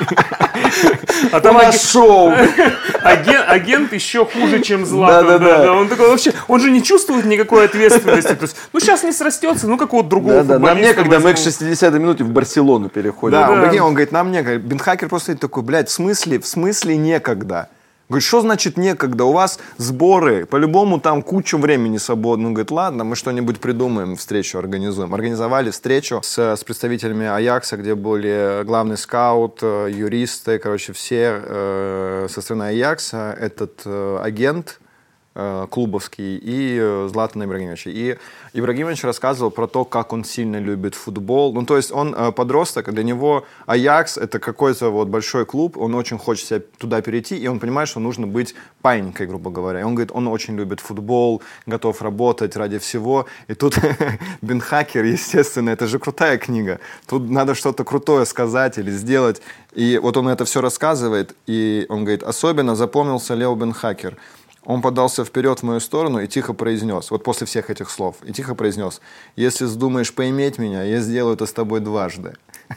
А там шоу! агент еще хуже, чем Златан. Да-да-да. Да. Он такой вообще, он же не чувствует никакой ответственности. То есть, сейчас не срастется, какого-то другого Да, нам футболиста некогда, мы к возьму. 60-й минуте в Барселону переходим. Да, да. он говорит, нам некогда. Бенхакер просто такой, в смысле некогда? Говорит, что значит некогда? У вас сборы, по-любому там кучу времени свободно. Он говорит, ладно, мы что-нибудь придумаем, встречу организуем. Организовали встречу с представителями Аякса, где были главный скаут, юристы, все со стороны Аякса. Этот агент клубовский, и Златана Ибрагимовича. И Ибрагимович рассказывал про то, как он сильно любит футбол. Ну, то есть он подросток, для него Аякс — это какой-то вот большой клуб, он очень хочет себя туда перейти, и он понимает, что нужно быть паинькой, грубо говоря. И он говорит, он очень любит футбол, готов работать ради всего. И тут Бен Хакер, естественно, это же крутая книга. Тут надо что-то крутое сказать или сделать. И вот он это все рассказывает, и он говорит, особенно запомнился Лео Бен Хакер. Он подался вперед в мою сторону и тихо произнес, вот после всех этих слов, и тихо произнес: если вздумаешь поиметь меня, я сделаю это с тобой дважды.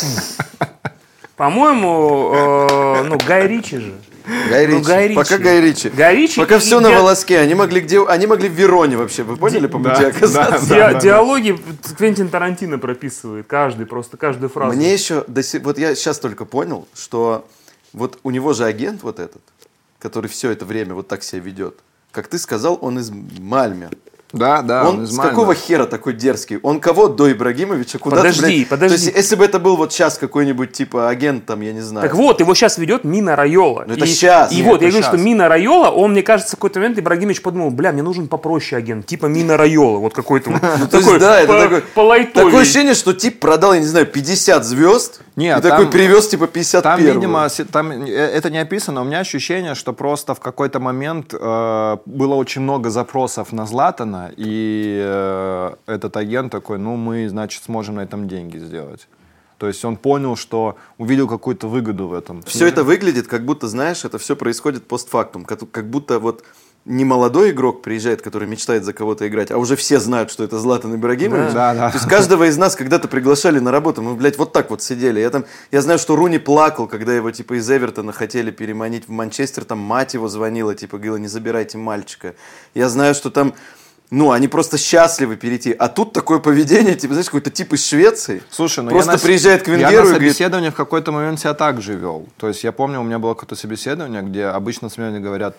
По-моему, Гай Ричи же. Гай Ричи. Пока Гай Ричи. Пока все на волоске. Они могли в Вероне вообще, вы поняли, по пути оказаться? Диалоги Квентин Тарантино прописывает, просто каждую фразу. Мне еще, вот я сейчас только понял, что вот у него же агент вот этот, который все это время вот так себя ведет. Как ты сказал, он из Мальме. Да, он из с Мальме. какого хера такой дерзкий? Он кого до Ибрагимовича куда-то, Подожди. То есть, если бы это был вот сейчас какой-нибудь типа агент, там, я не знаю. Так вот, его сейчас ведет Мина Райола. Ну это сейчас. И вот, я говорю, что Мина Райола, он, мне кажется, в какой-то момент Ибрагимович подумал, бля, мне нужен попроще агент, типа Мина Райола, вот какой-то вот такой, по лайтовей. Такое ощущение, что тип продал, я не знаю, 50 звезд, и такой привез типа 51. Там, видимо, это не описано, у меня ощущение, что просто в какой-то момент было очень много запросов на Златана, и этот агент такой, мы, значит, сможем на этом деньги сделать. То есть он понял, что увидел какую-то выгоду в этом. Все это выглядит, как будто, знаешь, это все происходит постфактум. Как будто вот не молодой игрок приезжает, который мечтает за кого-то играть, а уже все знают, что это Златан Ибрагимович. Да. То есть каждого из нас когда-то приглашали на работу. Мы, блядь, вот так вот сидели. Я знаю, что Руни плакал, когда его типа из Эвертона хотели переманить в Манчестер. Там мать его звонила, типа говорила, не забирайте мальчика. Я знаю, что там... они просто счастливы перейти. А тут такое поведение, типа, знаешь, какой-то тип из Швеции. Слушай, просто приезжает к Венгеру я на и говорит... собеседовании в какой-то момент себя так же вел. То есть я помню, у меня было какое-то собеседование, где обычно собеседование говорят,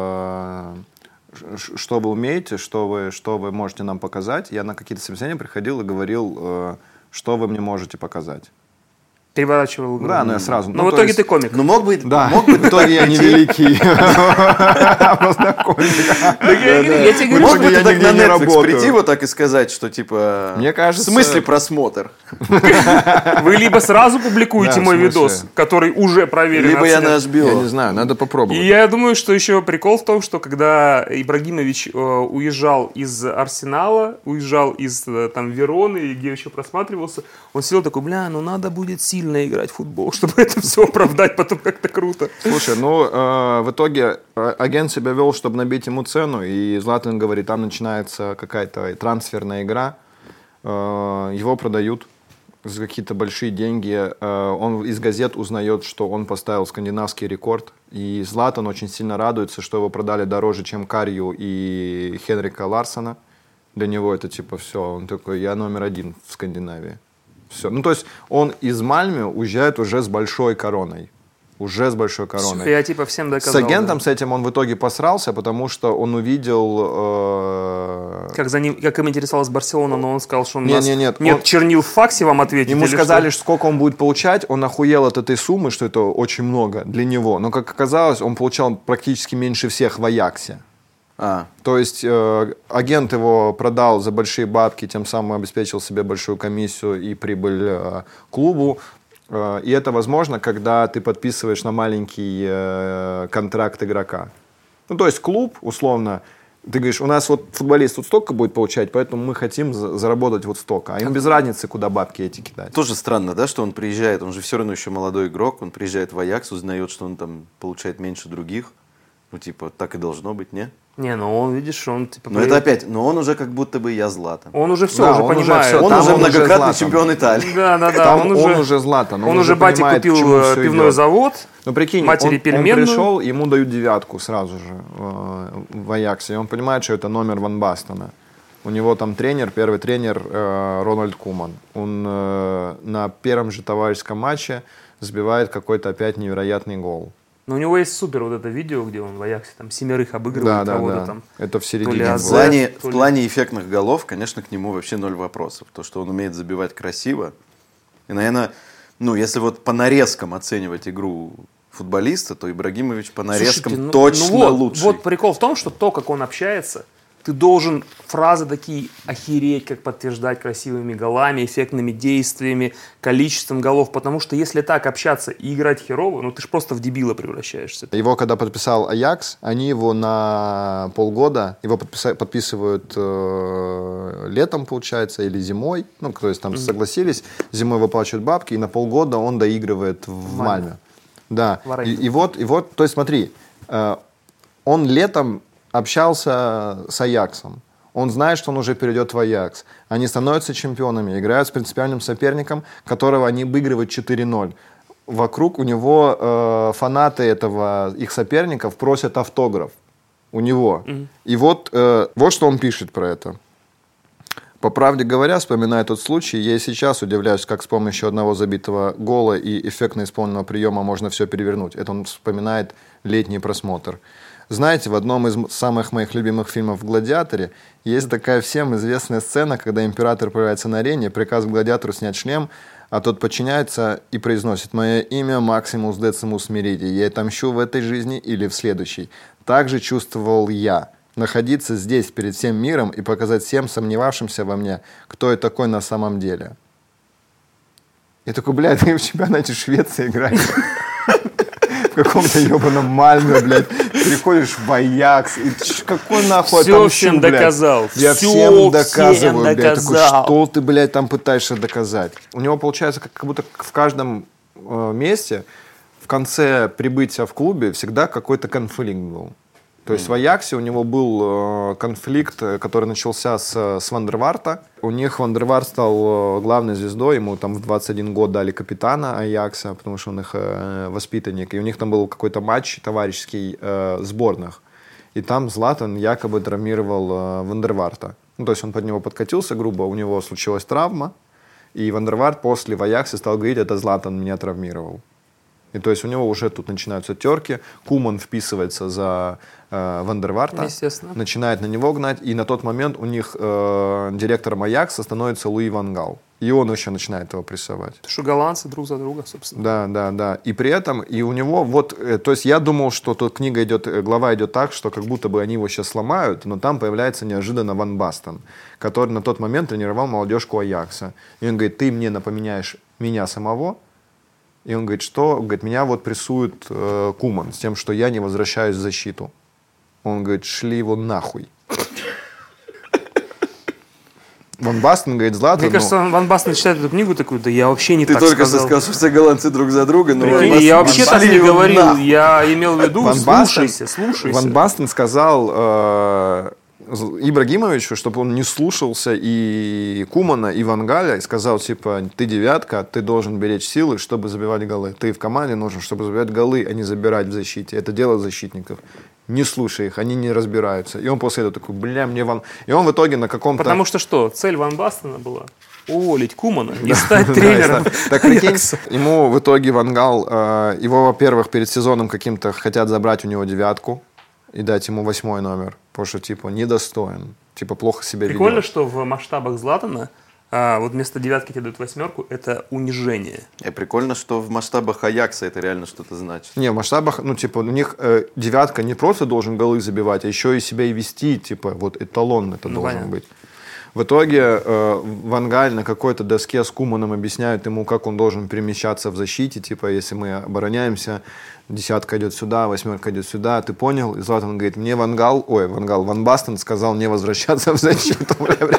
что вы умеете, что вы можете нам показать. Я на какие-то собеседования приходил и говорил, что вы мне можете показать. Переворачивал игру. Да, я сразу. Но в итоге ты комик. Мог быть. В итоге я не великий. Я тебе говорю, Мог бы ты так на нигде не Netflix работаю. прийти вот так и сказать, что типа... Мне кажется... В смысле просмотр? вы либо сразу публикуете Да, мой в смысле? видос, который уже проверен. Либо я на отслежен. HBO. Я не знаю, надо попробовать. И я думаю, что еще прикол в том, что когда Ибрагимович уезжал из Арсенала, уезжал из там Вероны, где еще просматривался, он сидел такой, надо будет сильно играть в футбол, чтобы это все оправдать потом как-то круто. Слушай, в итоге агент себя вел, чтобы набить ему цену, и Златан говорит, там начинается какая-то трансферная игра, его продают за какие-то большие деньги, он из газет узнает, что он поставил скандинавский рекорд, и Златан очень сильно радуется, что его продали дороже, чем Карью и Хенрика Ларсона. Для него это типа все, он такой, я номер один в Скандинавии. Все. То есть он из Мальме уезжает уже с большой короной. Все, я типа всем доказал. С агентом с этим он в итоге посрался, потому что он увидел... Как им интересовалась Барселона, но он сказал, что нет, чернил в факсе вам ответить. Ему сказали, сколько он будет получать, он охуел от этой суммы, что это очень много для него. Но, как оказалось, он получал практически меньше всех в Аяксе. То есть агент его продал за большие бабки, тем самым обеспечил себе большую комиссию и прибыль клубу. И это возможно, когда ты подписываешь на маленький контракт игрока. То есть клуб, условно, ты говоришь, у нас вот футболист вот столько будет получать, поэтому мы хотим заработать вот столько. А им без разницы, куда бабки эти кидать. Тоже странно, да, что он приезжает, он же все равно еще молодой игрок, он приезжает в Аякс, узнает, что он там получает меньше других. Так и должно быть, не? Не, он, видишь, он типа... Но он уже как будто бы я Златан. Он уже все, уже понимает. Он уже многократный чемпион Италии. Да. Он уже Златан. Он уже бате купил пивной завод. Прикинь, матери пельменную. Он пришел, ему дают 9 сразу же в Аяксе. И он понимает, что это номер Ван Бастена. У него там первый тренер Рональд Куман. Он на первом же товарищеском матче забивает какой-то опять невероятный гол. Но у него есть супер вот это видео, где он в Аяксе там 7 обыгрывает кого-то там. Это в середине. В плане эффектных голов, конечно, к нему вообще 0 вопросов. То, что он умеет забивать красиво. И, наверное, если вот по нарезкам оценивать игру футболиста, то Ибрагимович по нарезкам Слушайте, точно лучший. Вот прикол в том, что то, как он общается, ты должен фразы такие охереть, как подтверждать красивыми голами, эффектными действиями, количеством голов. Потому что если так общаться и играть херово, ну ты ж просто в дебила превращаешься. Его, когда подписал Аякс, они его на полгода, его подписывают летом, получается, или зимой. Ну, то есть там согласились, зимой выплачивают бабки, и на полгода он доигрывает в Мальме. Да. И вот, то есть смотри, он летом общался с Аяксом. Он знает, что он уже перейдет в Аякс. Они становятся чемпионами, играют с принципиальным соперником, которого они обыгрывают 4-0. Вокруг у него фанаты этого их соперников просят автограф. У него. И вот что он пишет про это. По правде говоря, вспоминая тот случай, я и сейчас удивляюсь, как с помощью одного забитого гола и эффектно исполненного приема можно все перевернуть. Это он вспоминает летний просмотр. Знаете, в одном из самых моих любимых фильмов в «Гладиаторе» есть такая всем известная сцена, когда император появляется на арене, приказ гладиатору снять шлем, а тот подчиняется и произносит: «Мое имя Максимус Децимус Меридий. Я отомщу в этой жизни или в следующей». Так же чувствовал я. Находиться здесь перед всем миром и показать всем сомневавшимся во мне, кто я такой на самом деле. Я такой, блядь, ты в чемпионате Швеции играешь. В каком-то ебаном Мальме, блядь, приходишь в Аякс, и какой нахуй все отомщу, всем блядь? доказал. Я Все всем доказываю, всем блядь. Такой, доказал. что ты, блядь, там пытаешься доказать? У него получается, как будто в каждом месте, в конце прибытия в клубе всегда какой-то конфликт был. То есть в Аяксе у него был конфликт, который начался с Ван дер Варта. У них Ван дер Варт стал главной звездой, ему там в 21 год дали капитана Аякса, потому что он их воспитанник. И у них там был какой-то матч товарищеский сборных. И там Златан якобы травмировал Ван дер Варта. Ну, то есть он под него подкатился грубо, у него случилась травма. И Ван дер Варт после в Аяксе стал говорить: это Златан меня травмировал. И то есть у него уже тут начинаются терки. Куман вписывается за Ван дер Варта, начинает на него гнать. И на тот момент у них директором Аякса становится Луи ван Гал. И он еще начинает его прессовать. Что голландцы друг за друга, собственно. Да. И при этом, и у него вот, то есть я думал, что тут книга идет, глава идет так, что как будто бы они его сейчас сломают, но там появляется неожиданно Ван Бастен, который на тот момент тренировал молодежку Аякса. И он говорит: ты мне напоминаешь меня самого. И он говорит, что? Он говорит, меня вот прессует Куман с тем, что я не возвращаюсь в защиту. Он говорит, шли его нахуй. Ван Бастен говорит: Златан... Мне кажется, Ван Бастен читает эту книгу такую: да я вообще не ты так сказал. Ты только сказал. что сказал, что все голландцы друг за друга, но Я вообще так не говорил. Я имел в виду, слушайся. Ван Бастен сказал Ибрагимовичу, чтобы он не слушался и Кумана, и Ван Галя, и сказал, типа, ты девятка, ты должен беречь силы, чтобы забивать голы. Ты в команде нужен, чтобы забивать голы, а не забирать в защите. Это дело защитников. Не слушай их, они не разбираются. И он после этого такой, бля, мне Ван... И он в итоге на каком-то... Потому что что? Цель Ван Бастена была уволить Кумана и стать тренером. Так прикинь, ему в итоге Ван Гал, его, во-первых, перед сезоном каким-то хотят забрать у него девятку и дать ему 8 номер, потому что, типа, недостоин, типа, плохо себя ведет. Прикольно, что в масштабах Златана вот вместо девятки тебе дают 8, это унижение. И прикольно, что в масштабах Аякса это реально что-то значит. Не, в масштабах, ну, типа, у них девятка не просто должен голы забивать, а еще и себя и вести, типа, вот эталон это должен быть. В итоге Ван Галь на какой-то доске с Куманом объясняет ему, как он должен перемещаться в защите. Типа, если мы обороняемся, десятка идет сюда, 8 идет сюда. Ты понял? И Златан говорит, мне Ван Бастен сказал не возвращаться в защиту.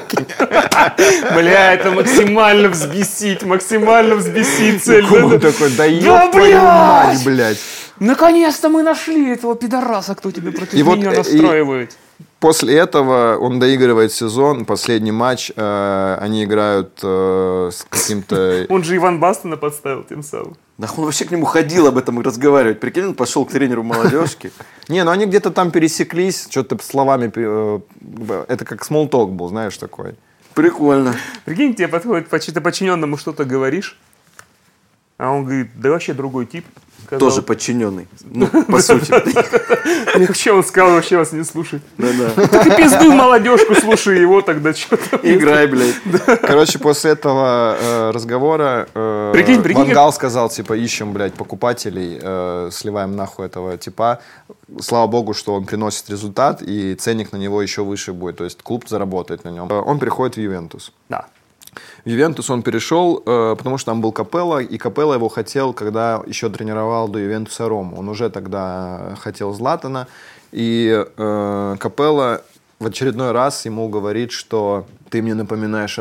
Бля, это максимально взбесить цель. Куман такой, да ёб твою мать, блядь. Наконец-то мы нашли этого пидораса, кто тебя против меня настраивает. После этого он доигрывает сезон, последний матч, они играют с каким-то... Он же Иван Бастена подставил тем самым. Да он вообще к нему ходил об этом разговаривать. Прикинь, он пошел к тренеру молодежки. Не, ну они где-то там пересеклись, что-то словами... Это как смолток был, знаешь, такой. Прикольно. Прикинь, тебе подходит, ты подчиненному что-то говоришь, А он говорит, да вообще другой тип. Сказал. Тоже подчиненный. Ну, по сути. И вообще он сказал, вообще вас не слушать. Да-да. Так и пиздуй молодежку, слушай его тогда что-то. Играй, блядь. Короче, после этого разговора Прикинь, Ван Гал сказал, типа, ищем, блядь, покупателей, сливаем нахуй этого типа. Слава богу, что он приносит результат, и ценник на него еще выше будет. То есть клуб заработает на нем. Он переходит в Ювентус. Да. В Ювентус он перешел, потому что там был Капелло, и Капелло его хотел, когда еще тренировал до Ювентуса Рому. Он уже тогда хотел Златана, и Капелло в очередной раз ему говорит, что ты мне напоминаешь...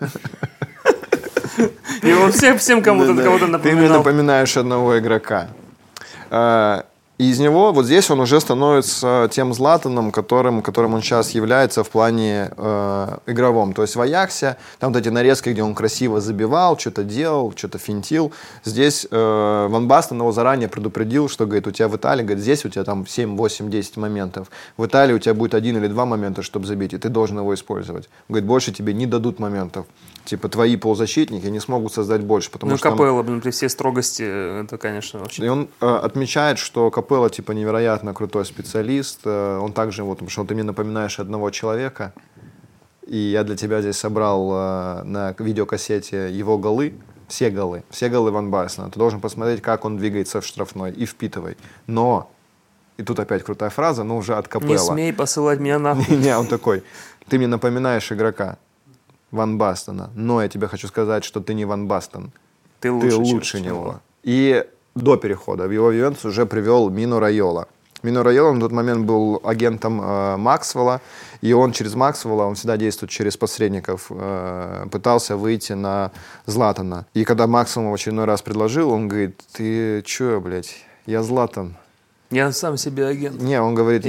И он всем кому-то напоминал. Ты мне напоминаешь одного игрока. И из него вот здесь он уже становится тем Златаном, которым он сейчас является в плане игровом. То есть в Аяксе, там вот эти нарезки, где он красиво забивал, что-то делал, что-то финтил. Здесь Ван Бастен его заранее предупредил, что, говорит, у тебя в Италии, говорит, здесь у тебя там 7, 8, 10 моментов. В Италии у тебя будет 1 или 2 момента, чтобы забить, и ты должен его использовать. Говорит, больше тебе не дадут моментов. Типа твои полузащитники не смогут создать больше. Потому что Капелло, при всей строгости, это, конечно, вообще... И он отмечает, что Капелло, типа, невероятно крутой специалист. Он также, вот, потому что ты мне напоминаешь одного человека. И я для тебя здесь собрал на видеокассете его голы. Все голы Ван Бастена. Ты должен посмотреть, как он двигается в штрафной, и впитывай. Но, и тут опять крутая фраза, но уже от Капелло. Не смей посылать меня нахуй. Не, он такой, ты мне напоминаешь игрока Ван Бастена, но я тебе хочу сказать, что ты не Ван Бастен. Ты лучше него. И до перехода в его Ювентус уже привел Мино Райола. Мино Райола на тот момент был агентом Максвелла, и он через Максвелла, он всегда действует через посредников, пытался выйти на Златана. И когда Максвелл в очередной раз предложил, он говорит, ты че, блядь, я Златан. Я сам себе агент. Не, он говорит,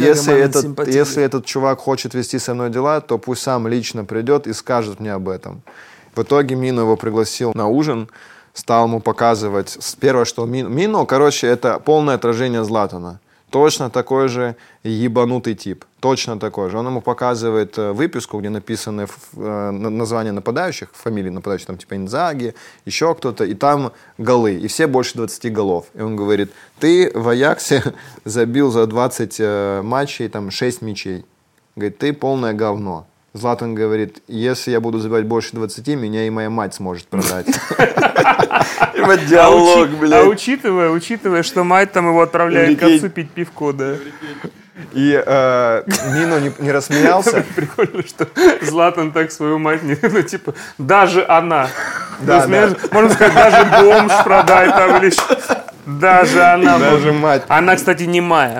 если этот чувак хочет вести со мной дела, то пусть сам лично придет и скажет мне об этом. В итоге Мино его пригласил на ужин, стал ему показывать. Первое, что Мино, короче, это полное отражение Златана. Точно такой же ебанутый тип. Точно такой же. Он ему показывает выписку, где написаны названия нападающих, фамилии нападающих, там типа Инзаги, еще кто-то, и там голы. И все больше 20 голов. И он говорит, ты в Аяксе забил за 20 матчей там 6 мячей. Говорит, ты полное говно. Златан говорит, если я буду забивать больше 20, меня и моя мать сможет продать. Диалог, блядь. А учитывая, что мать там его отправляет к отцу пить пивко, да. И Мино не рассмеялся. Прикольно, что Златан так свою мать, ну типа, даже она. Да. Можно сказать, даже бомж продай там или даже она. Даже мать. Она, кстати, немая.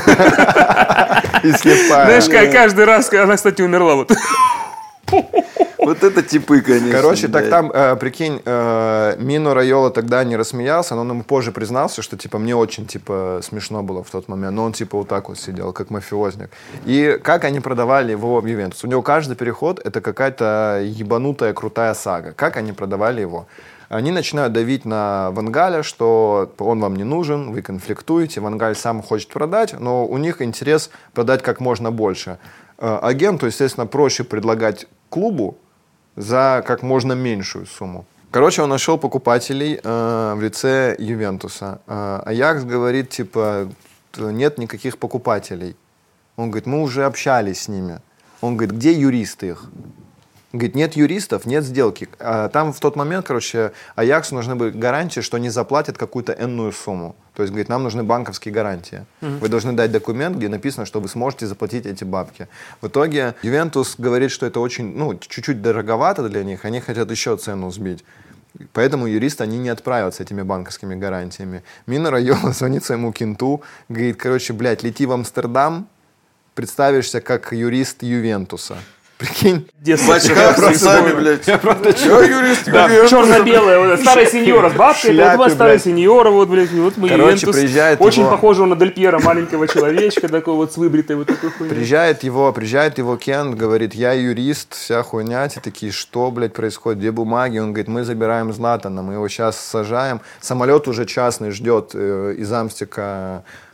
И слепая. Знаешь, каждый раз, она, кстати, умерла. Вот это типы, конечно. Короче, так там, прикинь, Мино Райола тогда не рассмеялся, но он ему позже признался, что, типа, мне очень, типа, смешно было в тот момент. Но он, типа, вот так вот сидел, как мафиозник. И как они продавали его в Ювентус? У него каждый переход — это какая-то ебанутая крутая сага. Как они продавали его? Они начинают давить на Ван Галя, что он вам не нужен, вы конфликтуете, Ван Галь сам хочет продать, но у них интерес продать как можно больше. Агенту, естественно, проще предлагать клубу за как можно меньшую сумму. Короче, он нашел покупателей в лице Ювентуса. Аякс говорит, типа, нет никаких покупателей. Он говорит, мы уже общались с ними. Он говорит, где юристы их? Говорит, нет юристов, нет сделки. Там в тот момент, короче, Аяксу нужны были гарантии, что они заплатят какую-то энную сумму. То есть, говорит, нам нужны банковские гарантии. Вы должны дать документ, где написано, что вы сможете заплатить эти бабки. В итоге Ювентус говорит, что это очень, чуть-чуть дороговато для них, они хотят еще цену сбить. Поэтому юристы они не отправят с этими банковскими гарантиями. Мино Райола звонит своему кенту, говорит, короче, блядь, лети в Амстердам, представишься как юрист Ювентуса. Прикинь? Бачка просто, блядь. Я правда, чё, юрист? Черно-белая, старая сеньора с бабкой, это вот старая сеньора, вот, блядь, вот мы Короче, Ювентус. приезжает Очень его... похожего на Дель Пьеро маленького человечка, такой вот с выбритой вот такой хуйней. Приезжает его Кент, говорит, я юрист, вся хуйня. Те такие, что, блядь, происходит, где бумаги? Он говорит, мы забираем Златана, мы его сейчас сажаем. Самолет уже частный ждет из Амстика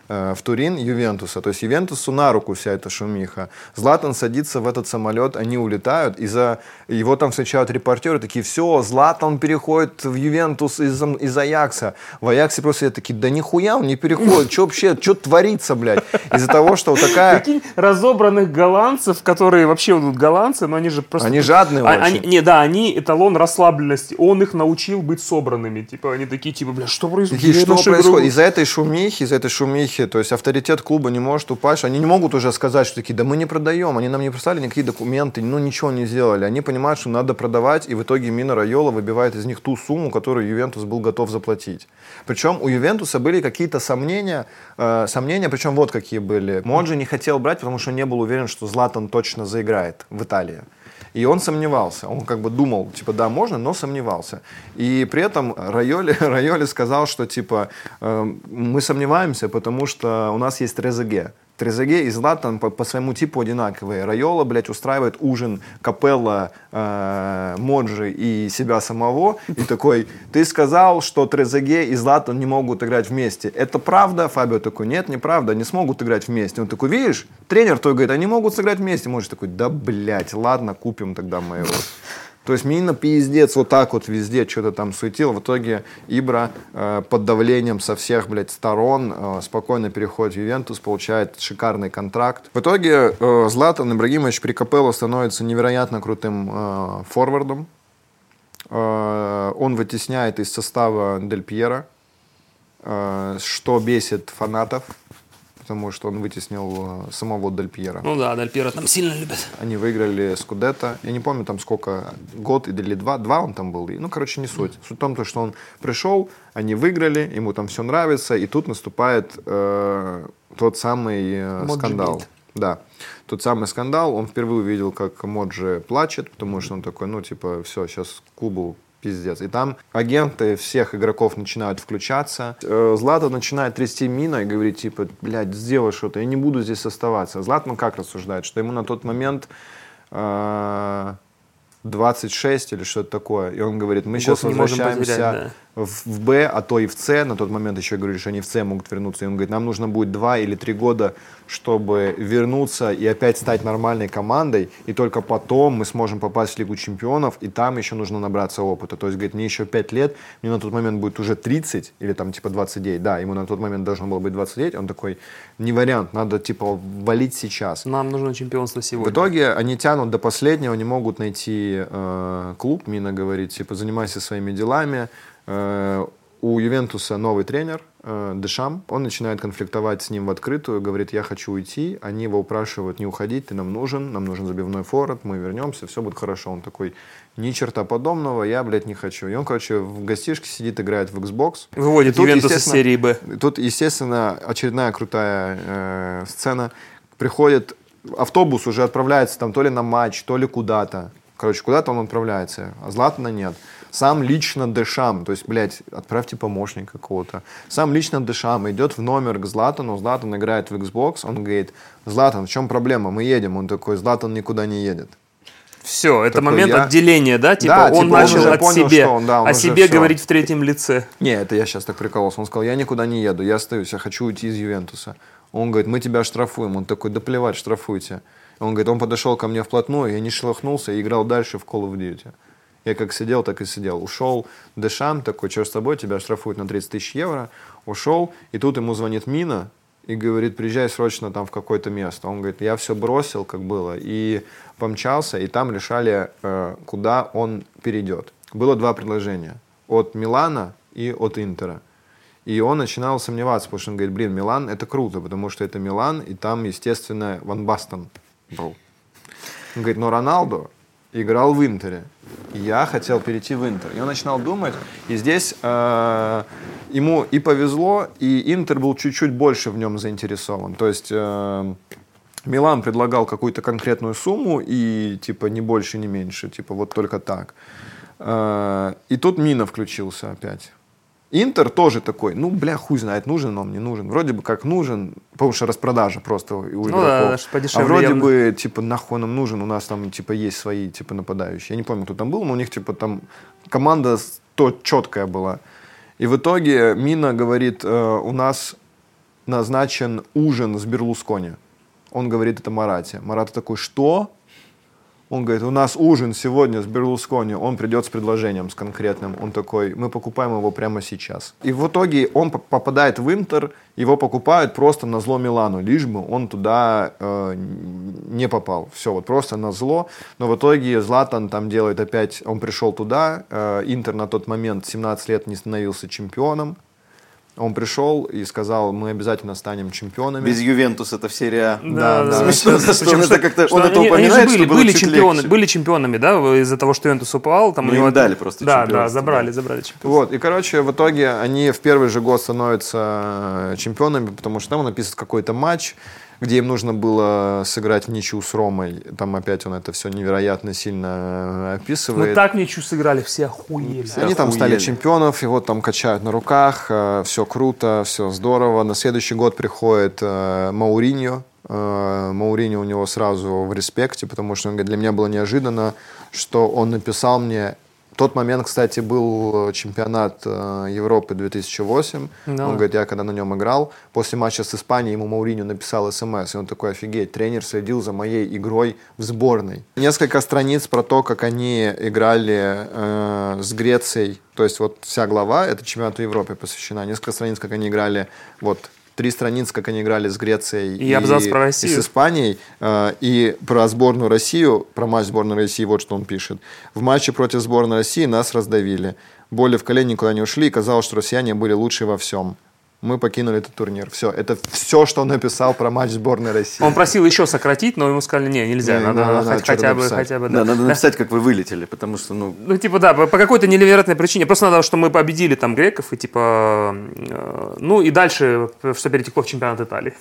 в Турин Ювентуса. То есть Ювентусу на руку вся эта шумиха. Златан садится в этот самолет, они улетают, его там встречают репортеры, такие, все, Златан переходит в Ювентус из Аякса. В Аяксе просто такие, да нихуя он не переходит, что вообще, что творится, блядь? Из-за того, что вот такая... Прикинь, разобранных голландцев, которые вообще вот голландцы, но они же просто... Они жадные очень. Они эталон расслабленности. Он их научил быть собранными. Типа, они такие, типа, бля, что происходит? Что происходит? Из-за этой шумихи, то есть авторитет клуба не может упасть. Они не могут уже сказать, что такие, да мы не продаем, они нам не прислали никакие документы, ничего не сделали. Они понимают, что надо продавать, и в итоге Мина Райола выбивает из них ту сумму, которую Ювентус был готов заплатить. Причем у Ювентуса были какие-то сомнения, причем вот какие были. Моджи не хотел брать, потому что не был уверен, что Златан точно заиграет в Италии. И он сомневался. Он как бы думал, типа, да, можно, но сомневался. И при этом Райоли сказал, что, типа, мы сомневаемся, потому что у нас есть Трезеге. Трезеге и Златан по своему типу одинаковые. Райола, блядь, устраивает ужин Капелла, Моджи и себя самого. И такой, ты сказал, что Трезеге и Златан не могут играть вместе. Это правда? Фабио такой, нет, неправда, они смогут играть вместе. Он такой, видишь, тренер той говорит, они могут сыграть вместе. Моджи такой, да, блядь, ладно, купим тогда моего. То есть Мина пиздец вот так вот везде что-то там суетил. В итоге Ибра под давлением со всех, блядь, сторон спокойно переходит в Ювентус, получает шикарный контракт. В итоге Златан Ибрагимович при Капелло становится невероятно крутым форвардом. Он вытесняет из состава Дель Пьеро, что бесит фанатов. Потому что он вытеснил самого Дель Пьеро. Ну да, Дель Пьеро там сильно любят. Они выиграли Скудетто. Я не помню там сколько, год или два он там был. Ну, короче, не суть. Суть в том, что он пришел, они выиграли, ему там все нравится, и тут наступает тот самый скандал. Да, тот самый скандал. Он впервые увидел, как Моджи плачет, потому что он такой, ну, типа, все, сейчас клубу пиздец. И там агенты всех игроков начинают включаться. Златан начинает трясти Мина и говорит, типа, блядь, сделай что-то, я не буду здесь оставаться. Златан как рассуждает? Что ему на тот момент 26 или что-то такое. И он говорит, мы сейчас возвращаемся в Б, а то и в С. На тот момент еще говорили, что они в С могут вернуться. И он говорит, нам нужно будет 2 или 3 года, чтобы вернуться и опять стать нормальной командой. И только потом мы сможем попасть в Лигу чемпионов. И там еще нужно набраться опыта. То есть, говорит, мне еще 5 лет, мне на тот момент будет уже 30 или там типа 29. Да, ему на тот момент должно было быть 29. Он такой, не вариант, надо типа валить сейчас. Нам нужно чемпионство сегодня. В итоге они тянут до последнего, не могут найти клуб. Мина говорит, типа, занимайся своими делами. У Ювентуса новый тренер Дешам. Он начинает конфликтовать с ним в открытую, говорит, я хочу уйти. Они его упрашивают, не уходить, ты нам нужен забивной форвард, мы вернемся, все будет хорошо. Он такой, ни черта подобного, я, блядь, не хочу. И он, короче, в гостишке сидит, играет в Xbox. Выводит Ювентус из серии Б. Тут, естественно, очередная крутая сцена. Приходит, автобус уже отправляется там то ли на матч, то ли куда-то. Короче, куда-то он отправляется, а Златана нет. Сам лично Дешам, то есть, блядь, отправьте помощника какого-то. Сам лично Дешам идет в номер к Златану, Златан играет в Xbox, он говорит, Златан, в чем проблема, мы едем. Он такой, Златан никуда не едет. Все, это момент отделения, да? Типа да, он типа начал он от понял, себе, о себе все. говорить в третьем лице. Не, это я сейчас так прикололся. Он сказал, я никуда не еду, я остаюсь, я хочу уйти из Ювентуса. Он говорит, мы тебя штрафуем. Он такой, да плевать, штрафуйте. Он говорит, он подошел ко мне вплотную, я не шелохнулся и играл дальше в Call of Duty. Я как сидел, так и сидел. Ушел Дешам, такой, что с тобой, тебя штрафуют на 30 тысяч евро. Ушел, и тут ему звонит Мина и говорит, приезжай срочно там в какое-то место. Он говорит, я все бросил, как было, и помчался, и там решали, куда он перейдет. Было 2 предложения, от Милана и от Интера. И он начинал сомневаться, потому что он говорит, блин, Милан это круто, потому что это Милан, и там, естественно, Ван Бастен был. Он говорит, но Роналдо играл в Интере. И я хотел перейти в Интер. И он начинал думать, и здесь ему и повезло, и Интер был чуть-чуть больше в нем заинтересован. То есть Милан предлагал какую-то конкретную сумму, и типа не больше, не меньше, типа вот только так. И тут Мина включился опять. Интер тоже такой, ну, бля, хуй знает, нужен он, не нужен. Вроде бы как нужен, потому что распродажа просто у игроков. Да, а вроде явно. Бы, типа, нахуй нам нужен, у нас там, типа, есть свои, типа, нападающие. Я не помню, кто там был, но у них, типа, там команда то четкая была. И в итоге Мина говорит, у нас назначен ужин с Берлускони. Он говорит это Марате. Марат такой, что? Он говорит, у нас ужин сегодня с Берлускони, он придет с предложением, с конкретным. Он такой, мы покупаем его прямо сейчас. И в итоге он попадает в Интер, его покупают просто на зло Милану, лишь бы он туда не попал. Все, вот просто на зло. Но в итоге Златан там делает опять, он пришел туда, Интер на тот момент 17 лет не становился чемпионом. Он пришел и сказал, мы обязательно станем чемпионами. Без Ювентуса это в серии А. Да. Смешно, что он это как-то... Он это они упоминает, же что было чуть легче. были чемпионами, да, из-за того, что Ювентус упал. Там Ну, им дали просто чемпионство. Да, забрали чемпионство. Вот, и, короче, в итоге они в первый же год становятся чемпионами, потому что там он описывает какой-то матч, где им нужно было сыграть в ничью с Ромой. Там опять он это все невероятно сильно описывает. Ну так в ничью сыграли, все охуели. Они там стали чемпионов, его там качают на руках, все круто, все здорово. На следующий год приходит Мауриньо. Мауриньо у него сразу в респекте, потому что он говорит, для меня было неожиданно, что он написал мне... В тот момент, кстати, был чемпионат Европы 2008. Да. Он говорит, я когда на нем играл, после матча с Испанией ему Мауриньо написал СМС. И он такой, офигеть, тренер следил за моей игрой в сборной. Несколько страниц про то, как они играли с Грецией. То есть вот вся глава, это чемпионату Европы посвящена. Несколько страниц, как они играли, вот 3 страницы, как они играли с Грецией и абзац про Россию. И с Испанией, и про сборную Россию, про матч сборной России, вот что он пишет. В матче против сборной России нас раздавили. Боли в колене никуда не ушли, и казалось, что россияне были лучше во всем. Мы покинули этот турнир. Все. Это все, что он написал про матч сборной России. Он просил еще сократить, но ему сказали, нельзя. Надо хотя бы. Да, надо написать, как вы вылетели, потому что, Ну, типа, да, по какой-то невероятной причине. Просто надо, что мы победили там греков, и типа... Ну, и дальше, что перетекло в чемпионат Италии.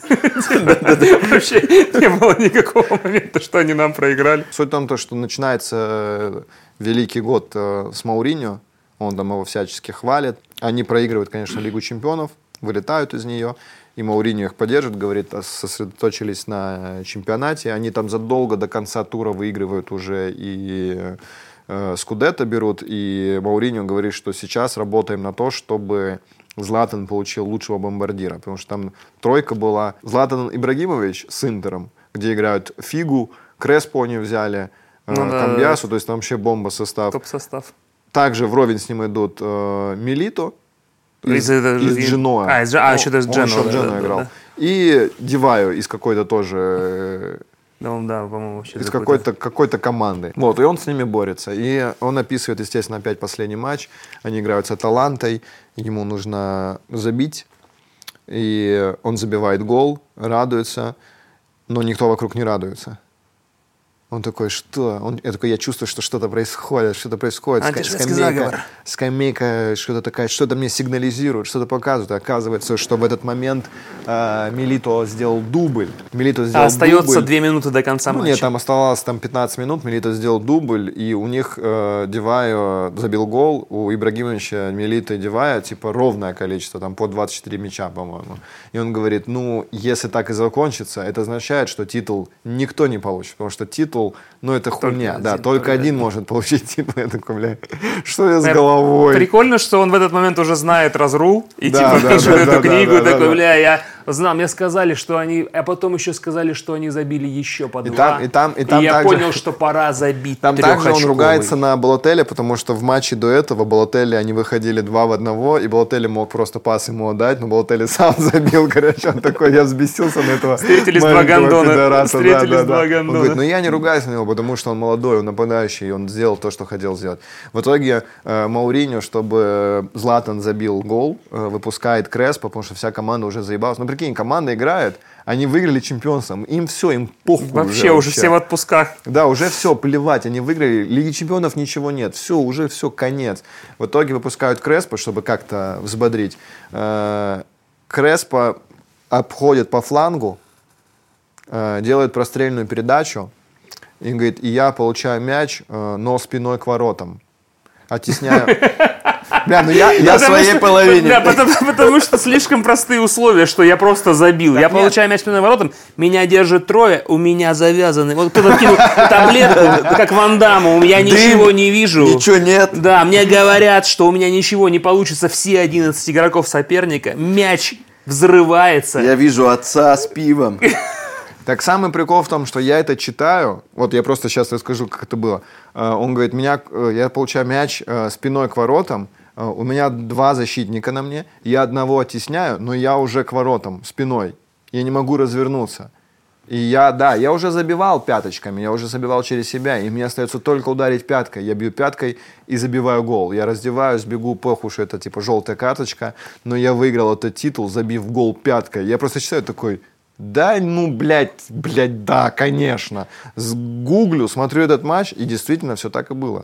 Вообще не было никакого момента, что они нам проиграли. Суть в том, что начинается великий год с Мауриньо. Он там его всячески хвалит. Они проигрывают, конечно, Лигу чемпионов. Вылетают из нее, и Мауриньо их поддержит, говорит, сосредоточились на чемпионате. Они там задолго до конца тура выигрывают уже и Скудетто берут, и Мауриньо говорит, что сейчас работаем на то, чтобы Златан получил лучшего бомбардира, потому что там тройка была Златан Ибрагимович с Интером, где играют Фигу, Креспо они взяли, Камбиасу, то есть там вообще бомба состав. Топ-состав. Также вровень с ним идут Милито, из Дженоа. Еще даже Дженоа играл. Да. И Дивайо из какой-то тоже... Да, по-моему, из какой-то команды. Вот, и он с ними борется. И он описывает, естественно, опять последний матч. Они играют с Аталантой. Ему нужно забить. И он забивает гол, радуется. Но никто вокруг не радуется. Он такой, что? Я чувствую, что что-то происходит. Скамейка что-то такая, что-то мне сигнализирует, что-то показывает. Оказывается, что в этот момент Милито сделал дубль. Остается 2 минуты до конца матча. Нет, там оставалось 15 минут. Милито сделал дубль, и у них Дивайо забил гол. У Ибрагимовича, Милито и Дивайо типа ровное количество, там по 24 мяча, по-моему. И он говорит, если так и закончится, это означает, что титул никто не получит, потому что титул, это хуйня. Только один может получить титул. Я такой, бля, что я с головой? Прикольно, что он в этот момент уже знает Разрул и пишет эту книгу, такой, бля, я знал, мне сказали, что они, а потом еще сказали, что они забили еще по 2. И я понял, что пора забить. Там также он ругается на Балотелли, потому что в матче до этого Балотелли, они выходили 2 в 1, и Балотелли мог просто пас ему отдать, но Балотелли сам забил, короче, он такой, я взбесился на этого Встретились 2 гондона. Он говорит, я не ругаюсь на него, потому что он молодой, он нападающий, и он сделал то, что хотел сделать. В итоге Мауриньо, чтобы Златан забил гол, выпускает Креспо, потому что вся команда уже заебалась. Ну, прикинь, команда играет, они выиграли чемпионством, им все, им похуй. Вообще уже все в отпусках. Да, уже все, плевать, они выиграли, Лиги чемпионов ничего нет, уже все, конец. В итоге выпускают Креспо, чтобы как-то взбодрить. Креспо обходит по флангу, делает прострельную передачу, и говорит, и я получаю мяч, но спиной к воротам. Оттесняю. Бля, я в своей половине. Да, потому что слишком простые условия, что я просто забил. Я получаю мяч спиной к воротам, меня держит 3, у меня завязаны. Вот кто-то кинул таблетку, как Ван Дамму, я ничего не вижу. Ничего нет. Да, мне говорят, что у меня ничего не получится, все 11 игроков соперника. Мяч взрывается. Я вижу отца с пивом. Так самый прикол в том, что я это читаю, вот я просто сейчас расскажу, как это было. Он говорит, я получаю мяч спиной к воротам, у меня 2 защитника на мне, я одного оттесняю, но я уже к воротам спиной, я не могу развернуться. И я уже забивал пяточками, я уже забивал через себя, и мне остается только ударить пяткой. Я бью пяткой и забиваю гол. Я раздеваюсь, бегу, похуй, что это типа желтая карточка, но я выиграл этот титул, забив гол пяткой. Я просто читаю такой... Да, ну, блядь, да, конечно. Гуглю, смотрю этот матч, и действительно все так и было.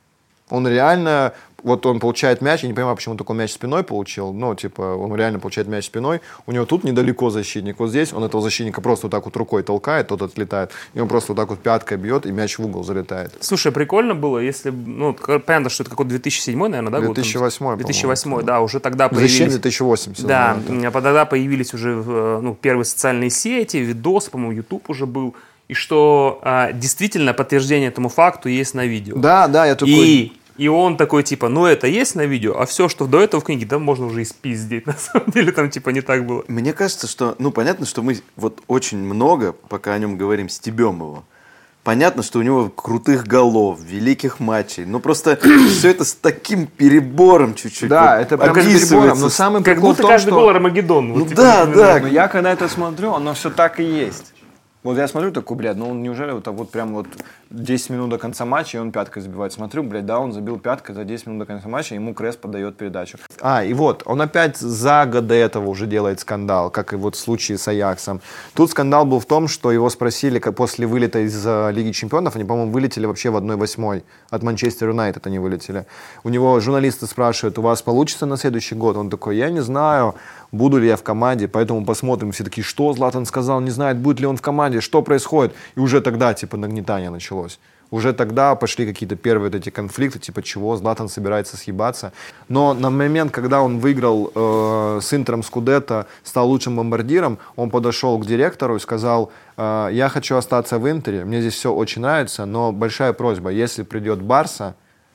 Он реально, вот он получает мяч, я не понимаю, почему он такой мяч спиной получил, но, типа, он реально получает мяч спиной, у него тут недалеко защитник, вот здесь он этого защитника просто вот так вот рукой толкает, тот отлетает, и он просто вот так вот пяткой бьет, и мяч в угол залетает. Слушай, прикольно было, если, ну, понятно, что это какой-то 2007, наверное, да, год? 2008, 2008, да, уже тогда появились... Защита 2008. Да, тогда появились уже, ну, первые социальные сети, видосы, по-моему, YouTube уже был, и что действительно подтверждение этому факту есть на видео. Да, я такой... И он такой, типа, ну это есть на видео, а все, что до этого в книге, да, можно уже и спиздить. На самом деле там, типа, не так было. Мне кажется, что, ну, понятно, что мы вот очень много, пока о нем говорим, стебем его. Понятно, что у него крутых голов, великих матчей, но просто все это с таким перебором чуть-чуть. Да, это прям с перебором, но самый как прикол в будто том, каждый что... гол Армагеддон. Ну вот, типа, да, да. Но я когда это смотрю, оно все так и есть. Вот я смотрю такой, блядь, ну неужели вот прям вот 10 минут до конца матча, и он пяткой забивает. Смотрю, блядь, да, он забил пяткой за 10 минут до конца матча, ему Крес подает передачу. И вот, он опять за год до этого уже делает скандал, как и вот в случае с Аяксом. Тут скандал был в том, что его спросили, как после вылета из Лиги Чемпионов, они, по-моему, вылетели вообще в 1/8, от Манчестер Юнайтед они вылетели. У него журналисты спрашивают, у вас получится на следующий год? Он такой, я не знаю, буду ли я в команде, поэтому посмотрим. Все такие, что Златан сказал, не знает, будет ли он в команде, что происходит. И уже тогда, типа, нагнетание началось. Уже тогда пошли какие-то первые вот эти конфликты, типа, чего Златан собирается съебаться. Но на момент, когда он выиграл с Интером Скудетто, стал лучшим бомбардиром, он подошел к директору и сказал, я хочу остаться в Интере, мне здесь все очень нравится, но большая просьба, если придет Барса,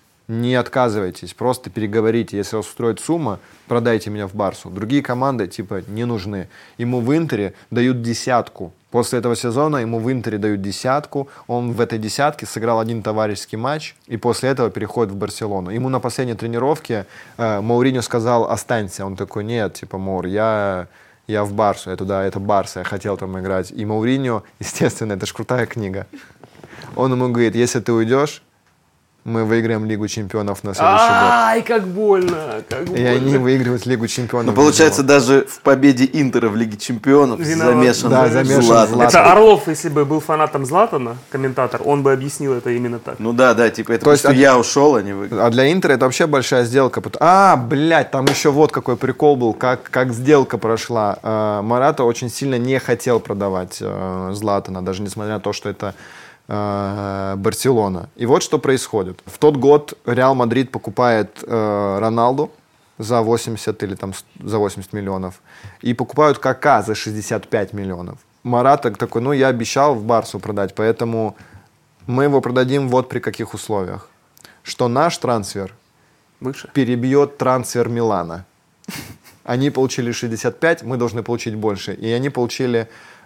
не отказывайтесь, просто переговорите. Если вас устроит сумма, продайте меня в Барсу. Другие команды, типа, не нужны. Ему в Интере дают 10. После этого сезона ему в Интере дают 10. Он в этой 10 сыграл один товарищеский матч, и после этого переходит в Барселону. Ему на последней тренировке Мауриньо сказал, останься. Он такой, нет, типа, Маур, я в Барсу, это Барса, я хотел там играть. И Мауриньо, естественно, это ж крутая книга. Он ему говорит, если ты уйдешь, мы выиграем Лигу Чемпионов на следующий год. Ай, как больно, как больно. И они выигрывают Лигу Чемпионов. Ну, получается, даже в победе Интера в Лиге Чемпионов замешан замешан Златан. Это Орлов, если бы был фанатом Златана, комментатор, он бы объяснил это именно так. Ну да, типа это То есть, просто я ушел, а не вы. А для Интера это вообще большая сделка. Блядь, там еще вот какой прикол был, как сделка прошла. Марата очень сильно не хотел продавать Златана, даже несмотря на то, что это Барселона. И вот что происходит. В тот год Реал Мадрид покупает Роналду за 80 или там за 80 миллионов. И покупают Кака за 65 миллионов. Марата такой, я обещал в Барсу продать, поэтому мы его продадим вот при каких условиях. Что наш трансфер Выше. перебьет трансфер Милана. Они получили 65, мы должны получить больше. И они получили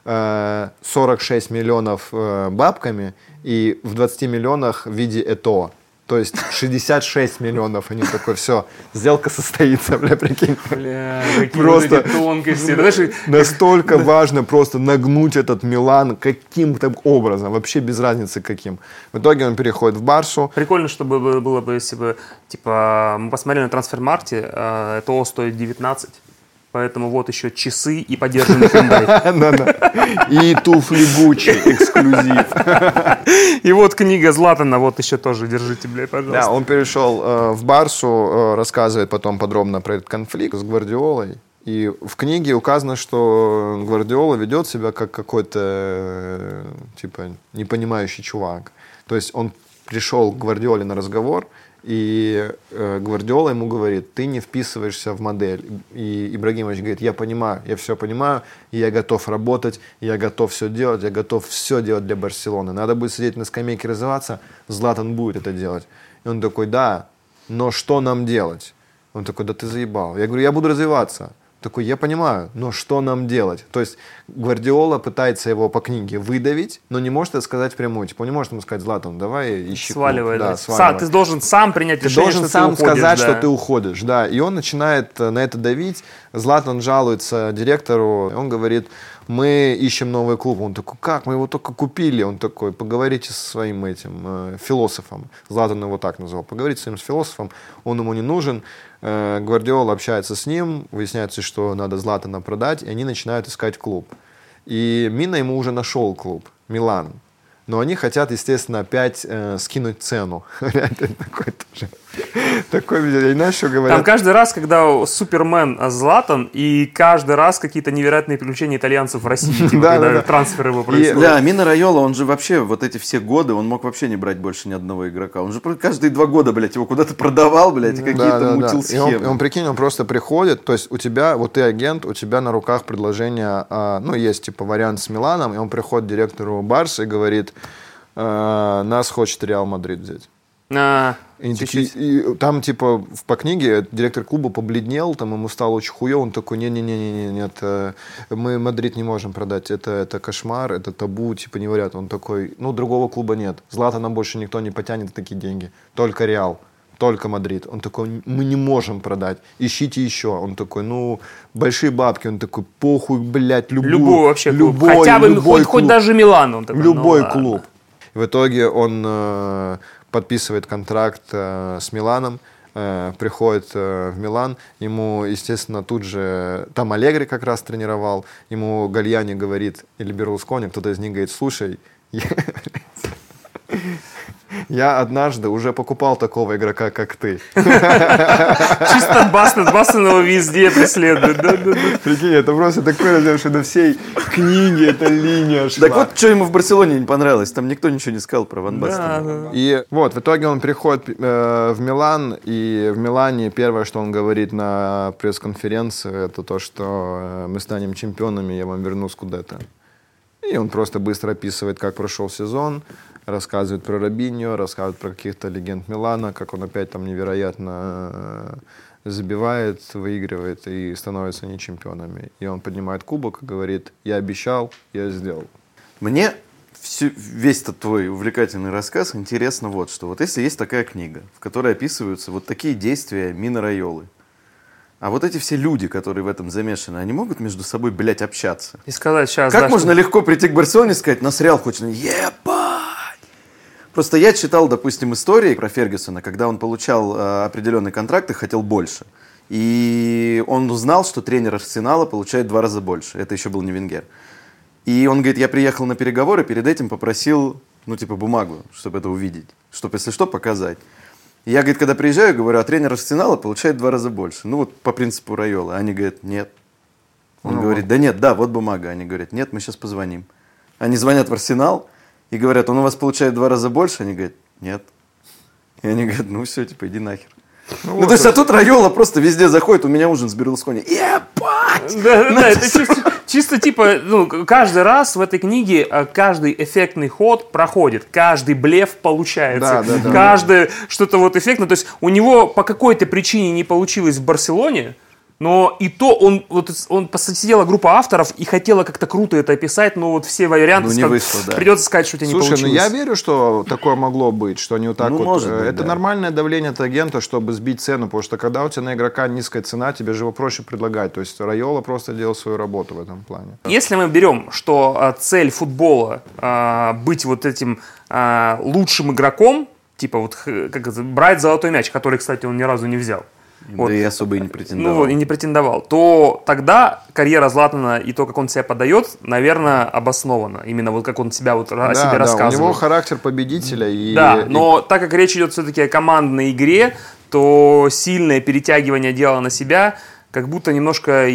46 миллионов бабками и в 20 миллионах в виде ЭТО. То есть 66 миллионов. Они такой, все, сделка состоится, прикинь. Какие Просто вот эти тонкости. настолько важно просто нагнуть этот Милан каким-то образом, вообще без разницы каким. В итоге он переходит в Барсу. Прикольно, чтобы было бы, если бы, типа, мы посмотрели на Трансфермаркте, ЭТО стоит 19. Поэтому вот еще часы и подержанный Hyundai. И туфли Гуччи, эксклюзив. И вот книга Златана, вот еще тоже, держите, блядь, пожалуйста. Да, он перешел в Барсу, рассказывает потом подробно про этот конфликт с Гвардиолой. И в книге указано, что Гвардиола ведет себя как какой-то, типа, непонимающий чувак. То есть он пришел к Гвардиоле на разговор, и Гвардиола ему говорит, ты не вписываешься в модель. И Ибрагимович говорит, я понимаю, я все понимаю, я готов работать, я готов все делать, я готов все делать для Барселоны. Надо будет сидеть на скамейке развиваться, Златан будет это делать. И он такой, да, но что нам делать? Он такой, да ты заебал. Я говорю, я буду развиваться. Такой, я понимаю, но что нам делать? То есть Гвардиола пытается его по книге выдавить, но не может это сказать впрямую. Типа он не может ему сказать: Златан, давай ищи клуб. Сваливай. Да, Да. сваливай. Ты должен сам принять Ты решение, должен что сам ты уходишь, сказать, да. что ты уходишь. Да. И он начинает на это давить. Златан жалуется директору. Он говорит: мы ищем новый клуб. Он такой: как? Мы его только купили. Он такой: поговорите со своим этим философом. Златан его так назвал. Поговорите с своим философом. Он ему не нужен. Гвардиола общается с ним. Выясняется, что надо Златана продать. И они начинают искать клуб. И Мина ему уже нашел клуб. Милан. Но они хотят, естественно, опять скинуть цену. Такой тоже. Такой, я не знаю, что говорят. Там каждый раз, когда Супермен Златан, и каждый раз какие-то невероятные приключения итальянцев в России, типа, когда трансфер его происходит. Да, Мина Райола, он же вообще вот эти все годы, он мог вообще не брать больше ни одного игрока. Он же каждые 2 года, блядь, его куда-то продавал, блядь, и какие-то мутил схемы. И он, прикинь, он просто приходит, то есть у тебя, вот ты агент, у тебя на руках предложение, ну, есть типа вариант с Миланом, и он приходит к директору Барса и говорит: нас хочет Реал Мадрид взять. И там, типа, по книге директор клуба побледнел, там ему стало очень хуёво, он такой: нет, мы Мадрид не можем продать, это кошмар, это табу, типа, не вариант. Он такой: ну, другого клуба нет, Златана больше никто не потянет такие деньги, только Реал, только Мадрид. Он такой: мы не можем продать, ищите еще. Он такой: ну, большие бабки. Он такой: похуй, блядь, любой вообще клуб. Хотя бы хоть даже Милан. Он такой: любой клуб. В итоге он подписывает контракт с Миланом, приходит в Милан, ему, естественно, тут же, там Аллегри как раз тренировал, ему Гальяни говорит, или Берлускони, кто-то из них говорит: слушай, я однажды уже покупал такого игрока, как ты. Чисто Бастон его везде преследует. Прикинь, это просто такое, что на всей книге эта линия шла. Так вот, что ему в Барселоне не понравилось, там никто ничего не сказал про Ван Бастена. И вот, в итоге он приходит в Милан, и в Милане первое, что он говорит на пресс-конференции, это то, что мы станем чемпионами, я вам верну скудетто. И он просто быстро описывает, как прошел сезон, рассказывает про Робиньо, рассказывает про каких-то легенд Милана, как он опять там невероятно забивает, выигрывает и становится не чемпионами. И он поднимает кубок и говорит: я обещал, я сделал. Мне весь этот твой увлекательный рассказ интересно вот что. Вот если есть такая книга, в которой описываются вот такие действия Мина Райолы, а вот эти все люди, которые в этом замешаны, они могут между собой, блядь, общаться? И сказать сейчас... Как можно легко прийти к Барселоне и сказать: нас Реал хочет? Ебать! Просто я читал, допустим, истории про Фергюсона, когда он получал определенный контракт и хотел больше. И он узнал, что тренер Арсенала получает 2 раза больше. Это еще был не Венгер. И он говорит: я приехал на переговоры, перед этим попросил, ну, типа, бумагу, чтобы это увидеть, чтобы, если что, показать. Я, говорит, когда приезжаю, говорю: а тренер Арсенала получает 2 раза больше. Ну, вот по принципу Райолы. Они говорят: нет. Он говорит: да нет, да, вот бумага. Они говорят: нет, мы сейчас позвоним. Они звонят в Арсенал и говорят: он у вас получает 2 раза больше? Они говорят: нет. И они говорят: ну все, типа, иди нахер. Ну, то есть, а тут Райола просто везде заходит: у меня ужин с Берлускони. Ебать! Да, это чисто типа, ну, каждый раз в этой книге каждый эффектный ход проходит, каждый блеф получается, каждый что-то вот эффектное. То есть у него по какой-то причине не получилось в Барселоне, но и то он посидела группа авторов и хотела как-то круто это описать, но вот все варианты придется сказать, что у тебя не получилось. Слушай, ну я верю, что такое могло быть, что они вот так вот... Может быть, это нормальное давление от агента, чтобы сбить цену, потому что когда у тебя на игрока низкая цена, тебе же его проще предлагать. То есть Райола просто делал свою работу в этом плане. Если мы берем, что цель футбола быть вот этим лучшим игроком, типа вот как это, брать золотой мяч, который, кстати, он ни разу не взял. Вот. Да и особо и не претендовал. Ну, и не претендовал. То тогда карьера Златана и то, как он себя подает, наверное, обосновано. Именно вот как он себя вот о себе рассказывает. У него характер победителя. Да, но так как речь идет все-таки о командной игре, то сильное перетягивание дела на себя как будто немножко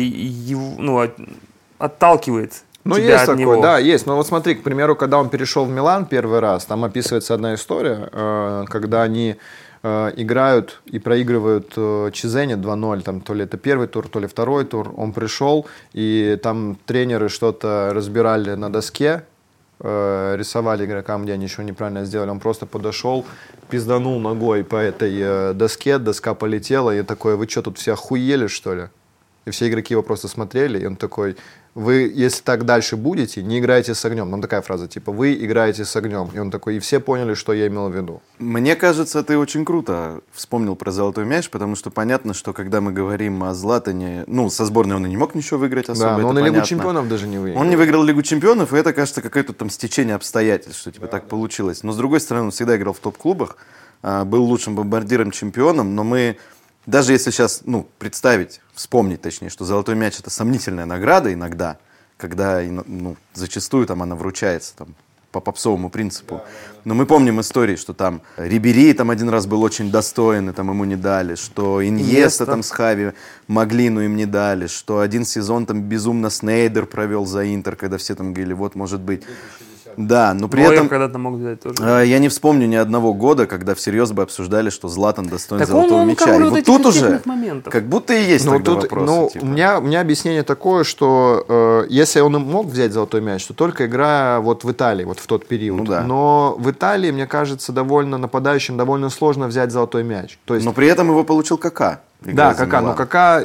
отталкивает. Ну, есть такое, него. Да, есть. Но вот смотри, к примеру, когда он перешел в Милан первый раз, там описывается одна история, когда они играют и проигрывают Чезене 2-0, там, то ли это первый тур, то ли второй тур. Он пришел, и там тренеры что-то разбирали на доске, рисовали игрокам, где они еще неправильно сделали. Он просто подошел, пизданул ногой по этой доске, доска полетела, и такой: вы что, тут все охуели, что ли? и все игроки его просто смотрели, и он такой: вы, если так дальше будете, не играйте с огнем. Там такая фраза, типа, вы играете с огнем. И он такой, и все поняли, что я имел в виду. Мне кажется, ты очень круто вспомнил про золотой мяч, потому что понятно, что когда мы говорим о Златане, ну, со сборной он и не мог ничего выиграть особо, Да, но он и понятно. Лигу чемпионов даже не выиграл. Он не выиграл Лигу чемпионов, и это, кажется, какое-то там стечение обстоятельств, что типа так получилось. Но, с другой стороны, он всегда играл в топ-клубах, был лучшим бомбардиром-чемпионом, но мы, даже если сейчас, ну, представить, вспомнить точнее, что золотой мяч — это сомнительная награда иногда, когда, ну, зачастую там она вручается там, по попсовому принципу. Но мы помним истории, что там Рибери там один раз был очень достоин, и там ему не дали, что Иньеста там с Хави могли, но им не дали, что один сезон там безумно Снейдер провел за Интер, когда все там говорили, вот, может быть. Да, но при этом когда-то мог взять тоже. я не вспомню ни одного года, когда всерьез бы обсуждали, что Златан достоин Так золотого он мяча. И вот вот этих тут уже конкретных моментов. как будто и есть тогда тут, вопросы. Типа. у меня объяснение такое, что если он и мог взять золотой мяч, то только игра вот в Италии, вот в тот период. Ну да. Но в Италии, мне кажется, нападающим довольно сложно взять золотой мяч. То есть, Но при этом его получил Кака. да, Кака. Но Кака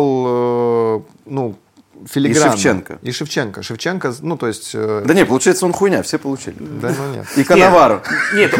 играл, филигранно. И Шевченко. Шевченко, ну, то есть... Да не, получается, он хуйня, все получили. Да, ну нет. И Канавару. Нет,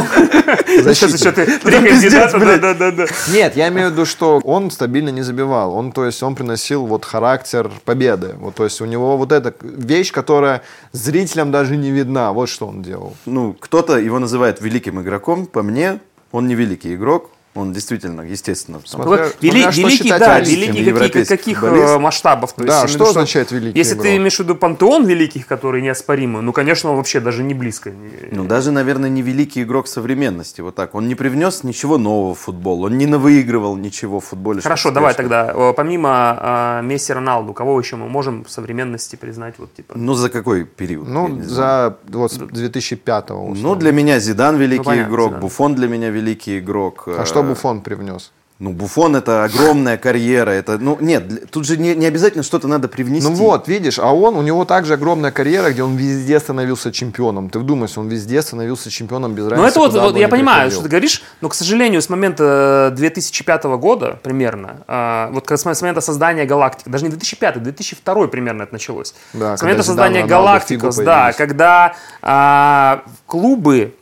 сейчас еще ты три пиздец, кандидата, да. Нет, я имею в виду, что он стабильно не забивал. Он приносил вот характер победы. Вот, то есть у него вот эта вещь, которая зрителям даже не видна. Вот что он делал. Ну, кто-то его называет великим игроком. По мне, он не великий игрок. Он действительно, естественно. Там, Великий, да, великий европейский каких футболист. масштабов. То Да, есть, что означает великий если игрок? ты имеешь в виду пантеон великих, который неоспоримый, ну, конечно, он вообще даже не близко. Ну, даже, наверное, не великий игрок современности. Вот так. Он не привнес ничего нового в футбол. Он не навыигрывал ничего в футболе. Хорошо, давай тогда. Помимо Месси, Роналду, кого еще мы можем в современности признать? Вот, типа? Ну, за какой период? Я Ну, не знаю. за вот, с 2005-го. Ну, для меня Зидан великий понятно, игрок, Зидан. Буфон для меня великий игрок. А что Буфон привнес? Ну, Буфон — это огромная карьера. Это, ну, нет, тут же не обязательно что-то надо привнести. Ну вот, видишь, у него также огромная карьера, где он везде становился чемпионом. Ты вдумайся, он везде становился чемпионом без разницы. Ну, это куда бы вот он я ни понимаю, приходил. что ты говоришь, но, к сожалению, с момента 2005 года примерно, вот с момента создания Галактик, даже не 2005, 2002 примерно это началось. Да, с момента когда создания Зидан, Роналдо, Галактикос, Фигу да, появились. когда клубы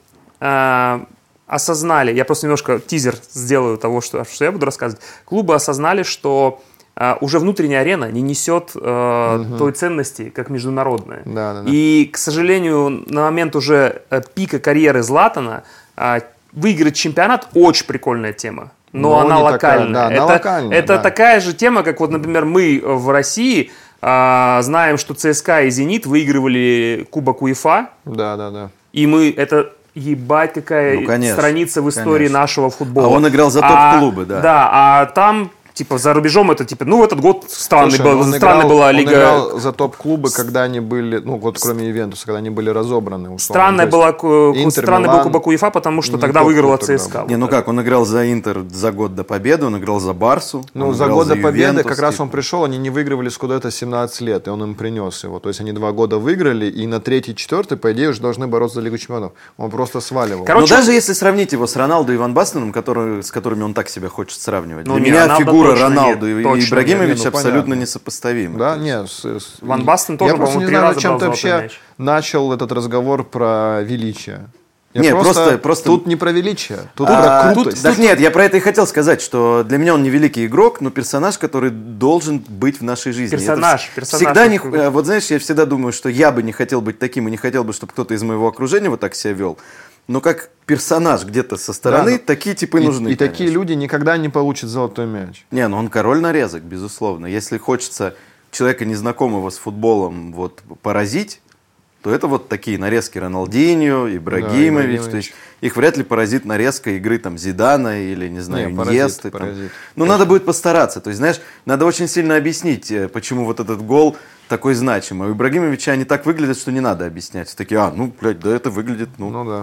осознали, я просто немножко тизер сделаю того, что я буду рассказывать, клубы осознали, что уже внутренняя арена не несет той ценности, как международная. Да. И, к сожалению, на момент уже пика карьеры Златана выиграть чемпионат очень прикольная тема. Но она не такая, локальная. да, она локальная, это да. такая же тема, как вот, например, мы в России знаем, что ЦСКА и Зенит выигрывали Кубок УЕФА. Да. И мы это... Ебать, какая Ну, конечно, страница в истории конечно. нашего футбола. А он играл за топ-клубы, да. Да, а там, типа, за рубежом это, типа, ну, этот год странная была лига. Он играл за топ-клубы, когда они были, ну, вот кроме Ивентуса, когда они были разобраны. Условно. Странный Интер, был Милан, Кубок УЕФА, потому что не тогда топ-клуб выиграла тогда ЦСКА. Не, ну как, он играл за Интер за год до победы, он играл за Барсу. Ну, он за играл год до победы Ювентус, как раз типа. он пришел, они не выигрывали Скудетто 17 лет, и он им принес его. То есть они 2 года выиграли, и на 3-й, 4-й, по идее, уже должны бороться за Лигу чемпионов. Он просто сваливал. Короче, Но даже если сравнить его с Роналду и Ван Бастеном, с которыми он так себя хочет сравнивать, Ну, для не, меня Роналдо фигура точно Роналду нет, и точно Ибрагимович нет, ну, абсолютно понятно. несопоставимы. Да, нет. Ван Бастен тоже, Я просто по-моему, не 3 знаю, раза зачем брал ты золотой вообще мяч. начал этот разговор про величие. Нет, просто- Тут не про величие, тут А, про крутость. так нет, я про это и хотел сказать, что для меня он не великий игрок, но персонаж, который должен быть в нашей жизни. Персонаж, Это всегда персонаж. не, вот знаешь, я всегда думаю, что я бы не хотел быть таким и не хотел бы, чтобы кто-то из моего окружения вот так себя вел. Но как персонаж где-то со стороны, Да, такие типы нужны. И такие конечно. люди никогда не получат золотой мяч. Не, ну он король нарезок, безусловно. Если хочется человека, незнакомого с футболом, вот поразить, то это вот такие нарезки Роналдиньо, Ибрагимович. То есть их вряд ли поразит нарезка игры там Зидана или, не знаю, Иньесты. Поразит. Ну, надо будет постараться. То есть, знаешь, надо очень сильно объяснить, почему вот этот гол такой значимый. У Ибрагимовича они так выглядят, что не надо объяснять. Такие, ну, блядь, да это выглядит, Ну да.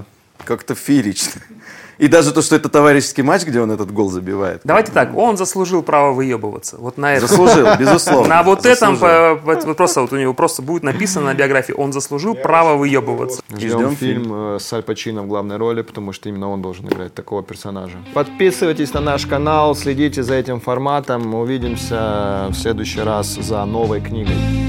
Как-то феерично. И даже то, что это товарищеский матч, где он этот гол забивает. Давайте так, он заслужил право выебываться. Вот на этом. Заслужил, безусловно. На вот этом Заслужил. просто вот у него просто будет написано на биографии, он заслужил право выебываться. Ждем фильм с Аль Пачино в главной роли, потому что именно он должен играть такого персонажа. Подписывайтесь на наш канал, следите за этим форматом. Увидимся в следующий раз за новой книгой.